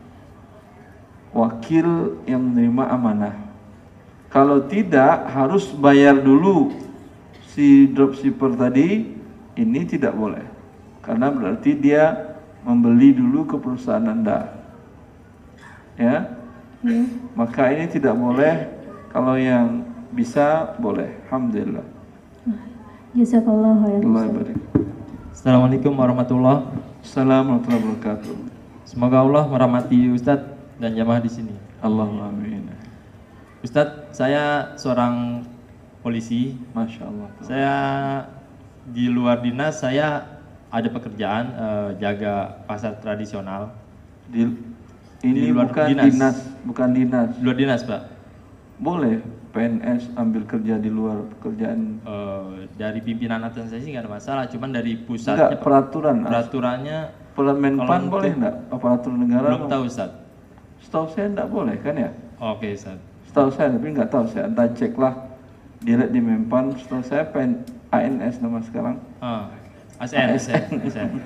wakil yang menerima amanah. Kalau tidak, harus bayar dulu si dropshipper tadi, ini tidak boleh. Karena berarti dia membeli dulu ke perusahaan Anda. Ya, maka ini tidak boleh. Kalau yang bisa boleh. Alhamdulillah. Jazakallahu khairan. Assalamualaikum warahmatullahi wabarakatuh. Semoga Allah merahmati Ustadz dan jamaah di sini. Allahumma amin. Ustadz, saya seorang polisi. Masya Allah. Saya di luar dinas, saya ada pekerjaan jaga pasar tradisional. Ini luar bukan dinas, bukan dinas. Luar dinas, Pak. Boleh PNS ambil kerja di luar pekerjaan. Dari pimpinan atasan saya sih nggak ada masalah, cuman dari pusatnya. Enggak, peraturan. Peraturannya. Menpan boleh enggak? Aparatur negara? Belum tahu, Ustaz. Setahu saya enggak boleh kan ya? Oke, Ustaz. Setahu saya, tapi enggak tahu saya. Entah ceklah direct di Menpan. Setahu saya ANS nama sekarang. ASN.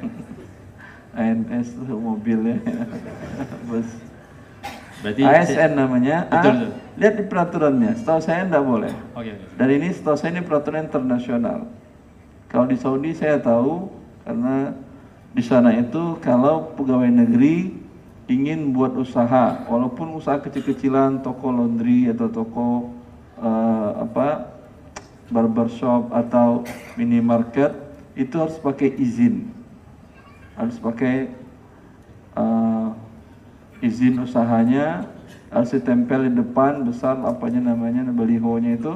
ANS itu mobilnya. Bus. Berarti ASN namanya. Betul. Lihat di peraturannya. Setahu saya enggak boleh. Oke. Dan ini setahu saya ini peraturan internasional. Kalau di Saudi saya tahu, karena di sana itu kalau pegawai negeri ingin buat usaha, walaupun usaha kecil-kecilan, toko laundry atau toko barbershop atau minimarket, itu harus pakai izin. Harus pakai izin usahanya, harus ditempel di depan besar namanya balihonya itu,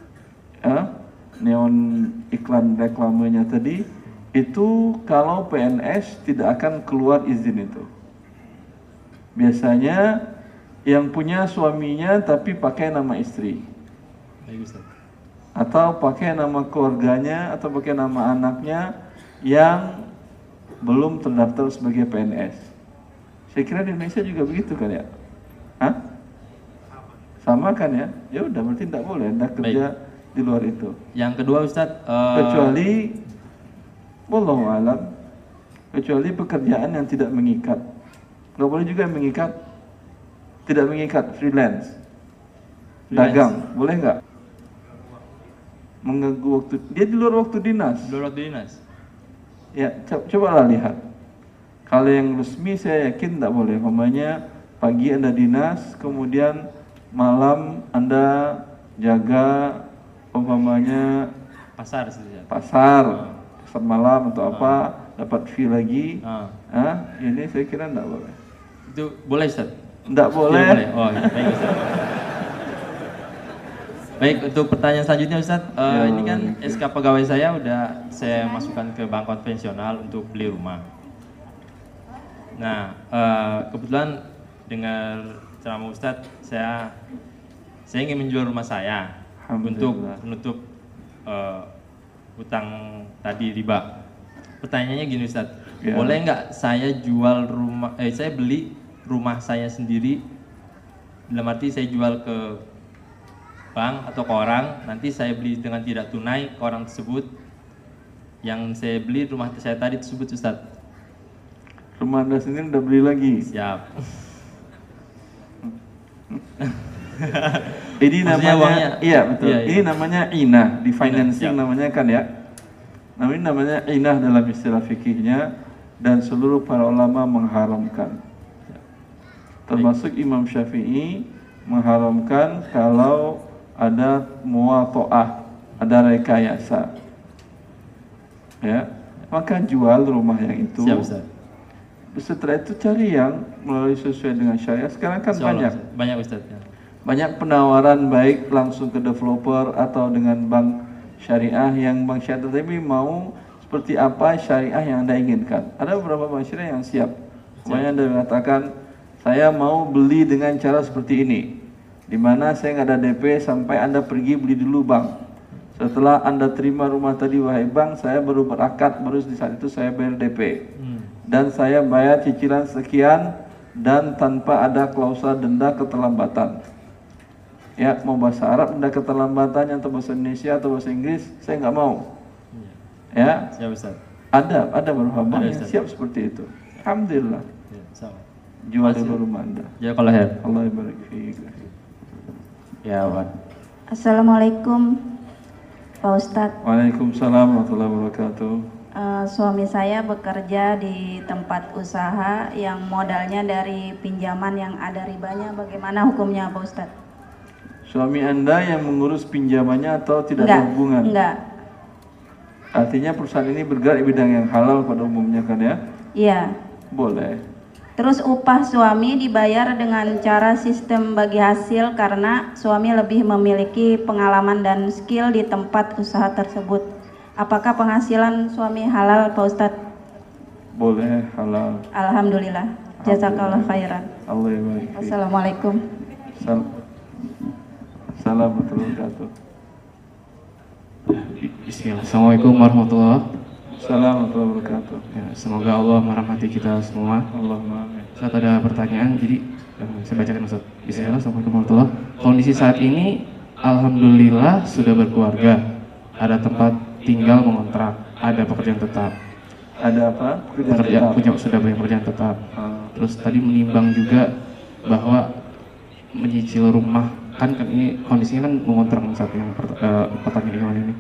neon iklan reklamenya tadi. Itu kalau PNS tidak akan keluar izin itu. Biasanya yang punya suaminya tapi pakai nama istri, atau pakai nama keluarganya, atau pakai nama anaknya yang belum terdaftar sebagai PNS. Saya kira di Indonesia juga begitu kan ya? Sama kan ya? Ya udah, berarti tidak boleh Anda kerja di luar itu. Yang kedua, Ustadz, kecuali wallahu alam, kecuali pekerjaan yang tidak mengikat. Nggak boleh juga yang mengikat. Tidak mengikat, freelance. Dagang, boleh nggak? Mengganggu waktu, dia di luar waktu dinas. Di luar waktu dinas. Ya, cobalah lihat. Kalau yang resmi saya yakin tidak boleh. Umpamanya pagi Anda dinas, kemudian malam Anda jaga umpamanya pasar Ustaz. pasar malam atau apa, dapat fee lagi, ini saya kira enggak boleh. Itu boleh Ustaz? Enggak boleh. Ya, boleh. Oh, baik Ustaz. Baik, untuk pertanyaan selanjutnya Ustaz, ini kan SK pegawai saya udah saya masukkan ke bank konvensional untuk beli rumah. Nah, kebetulan dengar ceramah Ustaz, saya ingin menjual rumah saya untuk menutup utang tadi riba. Pertanyaannya gini Ustaz, boleh nggak saya jual rumah, saya beli rumah saya sendiri, dalam arti saya jual ke bank atau ke orang, nanti saya beli dengan tidak tunai ke orang tersebut, yang saya beli rumah saya tadi tersebut Ustaz. Rumah Anda sendiri udah beli lagi? Siap. Ini namanya uangnya, iya betul. Iya. Ini namanya inah di financing namanya kan ya. Namanya inah dalam istilah fikihnya, dan seluruh para ulama mengharamkan. Termasuk Imam Syafi'i mengharamkan kalau ada muwato'ah, ada rekayasa. Ya, maka jual rumah yang itu. Siap, Ustaz. Setelah itu cari yang melalui sesuai dengan syariah. Sekarang kan banyak Ustaz ya. Banyak penawaran baik langsung ke developer atau dengan bank syariah, yang bank syariah tapi mau seperti apa syariah yang Anda inginkan. Ada beberapa bank syariah yang siap. Kemudian Anda mengatakan saya mau beli dengan cara seperti ini, di mana saya nggak ada DP sampai Anda pergi beli dulu bank. Setelah Anda terima rumah tadi wahai bank, saya baru berakad, baru di saat itu saya bayar DP. Dan saya bayar cicilan sekian dan tanpa ada klausul denda keterlambatan. Ya, mau bahasa Arab denda keterlambatan atau bahasa Indonesia atau bahasa Inggris, saya nggak mau. Ya, siap Ustaz. Ada beberapa bank yang siap seperti itu. Alhamdulillah. Ya, sama. Jual dulu rumah Anda. Ya kalau her. Allah barik fiik. Ya, Pak. Assalamualaikum Pak Ustadz. Waalaikumsalam warahmatullahi wabarakatuh. Suami saya bekerja di tempat usaha yang modalnya dari pinjaman yang ada ribanya. Bagaimana hukumnya Pak Ustadz? Suami Anda yang mengurus pinjamannya atau tidak ada hubungan? Enggak. Artinya perusahaan ini bergerak di bidang yang halal pada umumnya kan ya? Iya. Boleh. Terus upah suami dibayar dengan cara sistem bagi hasil karena suami lebih memiliki pengalaman dan skill di tempat usaha tersebut. Apakah penghasilan suami halal Pak Ustadz? Boleh, halal. Alhamdulillah. Jazakallah khairan. Allah ya baik. Assalamualaikum. Salam warahmatullahi wabarakatuh. Bismillah. Assalamualaikum warahmatullahi wabarakatuh. Warahmatullahi wabarakatuh. Ya, semoga Allah merahmati kita semua. Allahumma amin. Ustaz, ada pertanyaan, jadi saya bacakan Ustaz. Bismillah. Assalamualaikum warahmatullahi wabarakatuh. Kondisi saat ini alhamdulillah sudah berkeluarga, ada tempat tinggal mengontrak, ada pekerjaan tetap. Ada apa? Sudah punya pekerjaan tetap. Terus tadi menimbang juga bahwa menyicil rumah, kan ini kondisinya kan mengontrak saat yang pertanyaan ini,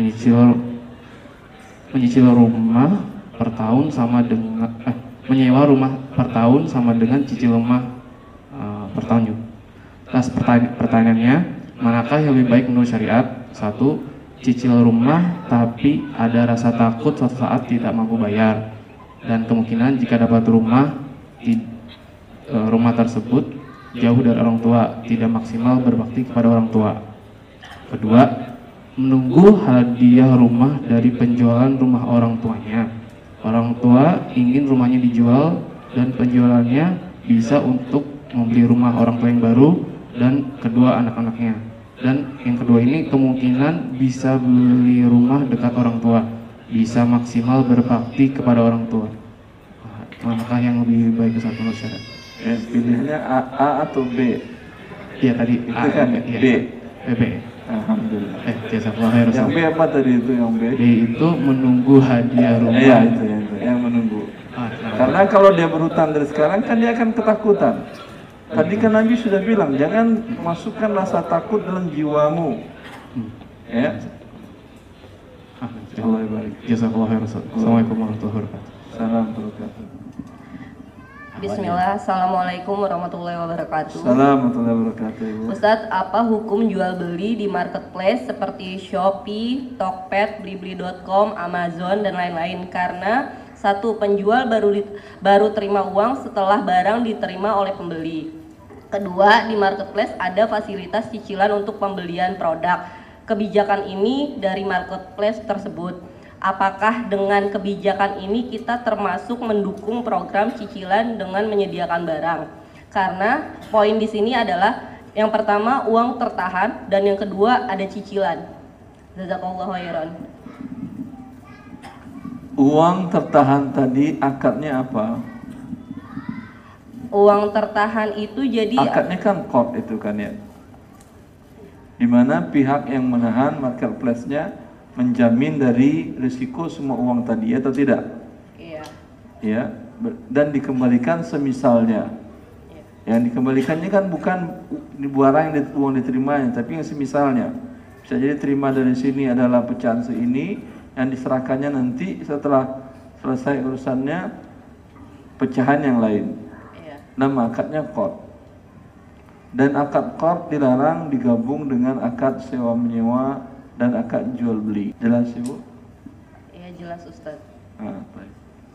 menyicil rumah per tahun sama dengan menyewa rumah per tahun sama dengan cicil rumah per tahun juga. Terus pertanyaannya, manakah yang lebih baik menurut syariat? Satu, cicil rumah tapi ada rasa takut suatu saat tidak mampu bayar, dan kemungkinan jika dapat rumah tersebut jauh dari orang tua, tidak maksimal berbakti kepada orang tua. Kedua, menunggu hadiah rumah dari penjualan rumah orang tuanya. Orang tua ingin rumahnya dijual dan penjualannya bisa untuk membeli rumah orang tua yang baru dan kedua anak-anaknya. Dan yang kedua ini kemungkinan bisa beli rumah dekat orang tua, bisa maksimal berbakti kepada orang tua. Manakah yang lebih baik satu menurut syariat? Pilihnya A atau B? Iya tadi itu A, kan ya. B. Alhamdulillah. Jazakallah khair. Yang B apa tadi itu yang B? B itu menunggu hadiah rumah. Iya itu yang menunggu. Karena kalau dia berhutang dari sekarang kan dia akan ketakutan. Tadi kan Nabi sudah bilang jangan masukkan rasa takut dalam jiwamu. Ya. Allah barik. Jazakallah khair. Assalamualaikum warahmatullahi wabarakatuh. Salam warahmatullahi wabarakatuh. Bismillah, Assalamualaikum warahmatullahi wabarakatuh. Assalamualaikum warahmatullahi wabarakatuh, Ibu. Ustadz, apa hukum jual beli di marketplace seperti Shopee, Tokped, Blibli.com, Amazon, dan lain-lain? Karena satu, penjual baru terima uang setelah barang diterima oleh pembeli. Kedua, di marketplace ada fasilitas cicilan untuk pembelian produk. Kebijakan ini dari marketplace tersebut. Apakah dengan kebijakan ini kita termasuk mendukung program cicilan dengan menyediakan barang? Karena poin di sini adalah yang pertama uang tertahan dan yang kedua ada cicilan. Jazakallahu khairan. Uang tertahan tadi akadnya apa? Uang tertahan itu jadi akadnya kan qard itu kan ya. Dimana pihak yang menahan marketplace-nya menjamin dari risiko semua uang tadi atau tidak? Iya. Ya, dan dikembalikan semisalnya. Yang dikembalikannya kan bukan barang yang uang diterimanya, tapi yang semisalnya. Bisa jadi terima dari sini adalah pecahan seini, yang diserahkannya nanti setelah selesai urusannya pecahan yang lain. Nama akadnya qard. Dan akad qard dilarang digabung dengan akad sewa menyewa dan akad jual beli. Jelas Ibu? Iya jelas Ustaz. Baik.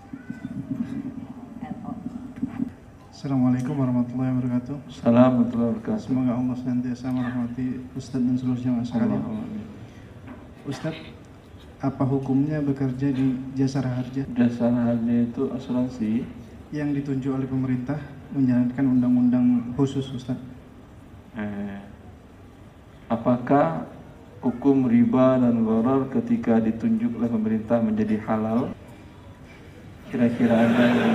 Assalamualaikum warahmatullahi wabarakatuh. Assalamualaikum warahmatullahi wabarakatuh. Semoga Allah senantiasa merahmati Ustadz dan seluruh jamaah sekalian. Ustadz, apa hukumnya bekerja di Jasara Harja? Jasara Harja itu asuransi yang ditunjuk oleh pemerintah menjalankan undang-undang khusus, Ustadz. Apakah hukum riba dan gharar ketika ditunjuk oleh pemerintah menjadi halal? Kira-kira ada yang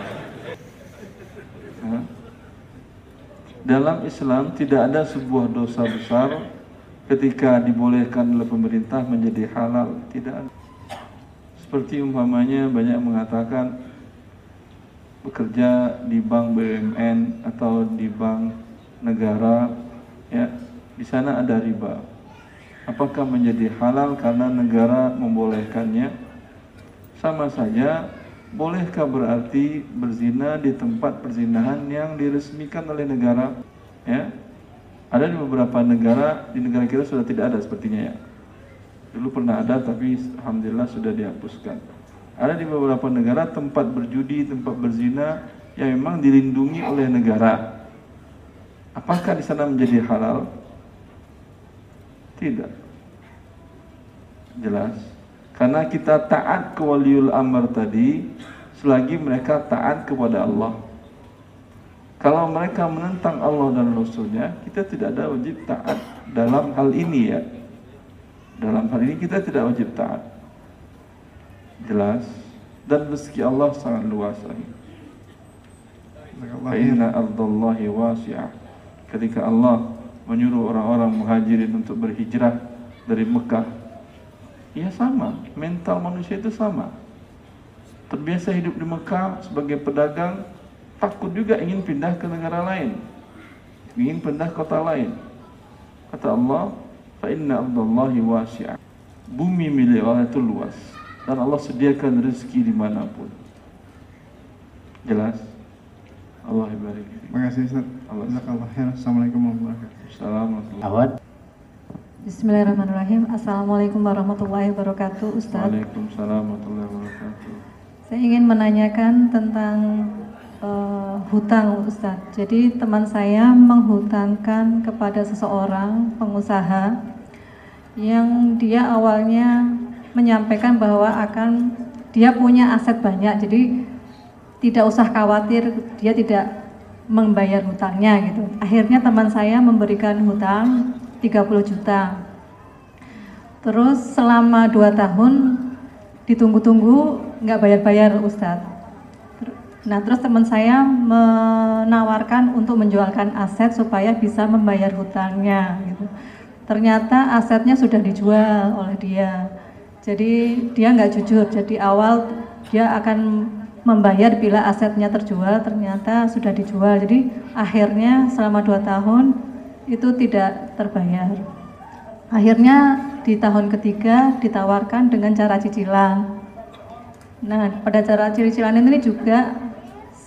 dalam Islam tidak ada sebuah dosa besar ketika dibolehkan oleh pemerintah menjadi halal, tidak ada. Seperti umpamanya banyak mengatakan bekerja di bank BUMN atau di bank negara, ya, di sana ada riba. Apakah menjadi halal karena negara membolehkannya? Sama saja, bolehkah berarti berzina di tempat perzinahan yang diresmikan oleh negara? Ya, ada di beberapa negara, di negara kita sudah tidak ada sepertinya ya. Dulu pernah ada tapi alhamdulillah sudah dihapuskan. Ada di beberapa negara tempat berjudi, tempat berzina yang memang dilindungi oleh negara. Apakah di sana menjadi halal? Tidak. Jelas. Karena kita taat ke waliul amr tadi selagi mereka taat kepada Allah. Kalau mereka menentang Allah dan Rasulnya, kita tidak ada wajib taat dalam hal ini ya. Dalam hal ini kita tidak wajib taat. Jelas. Dan rezeki Allah sangat luas. Fa inna ardallahi wasi'ah. Ketika Allah menyuruh orang-orang muhajirin untuk berhijrah dari Mekah, ya sama, mental manusia itu sama. Terbiasa hidup di Mekah sebagai pedagang, takut juga ingin pindah ke negara lain, ingin pindah kota lain. Kata Allah, fa inna ardallahi wasi'ah. Bumi milik Allah itu luas dan Allah sediakan rezeki dimanapun. Jelas? Allah barik. Terima kasih Ustaz. Assalamualaikum warahmatullahi wabarakatuh. Assalamualaikum. Bismillahirrahmanirrahim. Assalamualaikum warahmatullahi wabarakatuh, Ustaz. Waalaikumsalam warahmatullahi wabarakatuh. Saya ingin menanyakan tentang hutang, Ustaz. Jadi teman saya menghutangkan kepada seseorang pengusaha yang dia awalnya menyampaikan bahwa dia punya aset banyak, jadi tidak usah khawatir, dia tidak membayar hutangnya gitu. Akhirnya teman saya memberikan hutang 30 juta. Terus selama 2 tahun ditunggu-tunggu nggak bayar-bayar Ustadz. Nah terus teman saya menawarkan untuk menjualkan aset supaya bisa membayar hutangnya gitu. Ternyata asetnya sudah dijual oleh dia. Jadi dia nggak jujur, jadi awal dia akan membayar bila asetnya terjual, ternyata sudah dijual. Jadi akhirnya selama 2 tahun itu tidak terbayar. Akhirnya di tahun ketiga ditawarkan dengan cara cicilan. Nah pada cara cicilan ini juga si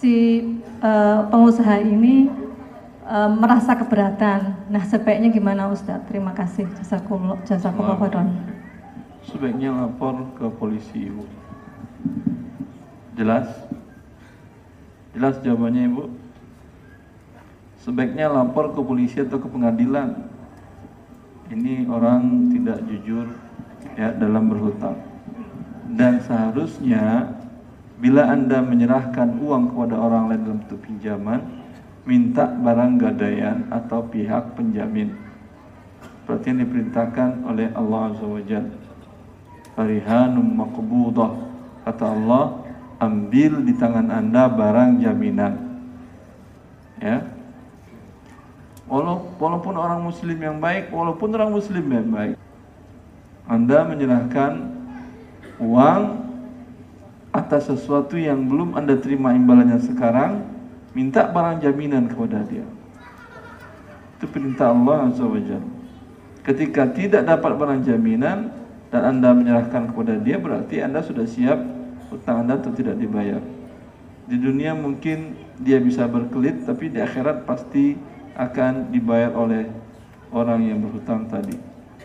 si pengusaha ini merasa keberatan. Nah, sebaiknya gimana Ustadz? Terima kasih. Jazakumullah khairan. Sebaiknya lapor ke polisi, Ibu. Jelas? Jelas jawabannya, Ibu? Sebaiknya lapor ke polisi atau ke pengadilan. Ini orang tidak jujur ya dalam berhutang. Dan seharusnya bila Anda menyerahkan uang kepada orang lain dalam bentuk pinjaman, minta barang gadaian atau pihak penjamin. Seperti yang diperintahkan oleh Allah Azza wa Jalla. Farihanum maqbudah. Kata Allah, ambil di tangan Anda barang jaminan. Ya. Walaupun orang muslim yang baik, walaupun orang muslim yang baik, Anda menyerahkan uang atas sesuatu yang belum Anda terima imbalannya sekarang, minta barang jaminan kepada dia. Itu perintah Allah Azza wa Jalla. Ketika tidak dapat barang jaminan dan Anda menyerahkan kepada dia, berarti Anda sudah siap hutang Anda atau tidak dibayar. Di dunia mungkin dia bisa berkelit, tapi di akhirat pasti akan dibayar oleh orang yang berhutang tadi.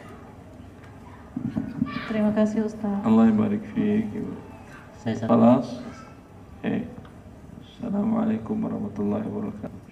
Terima kasih Ustaz. Allah barik fiik. Assalamualaikum warahmatullahi wabarakatuh.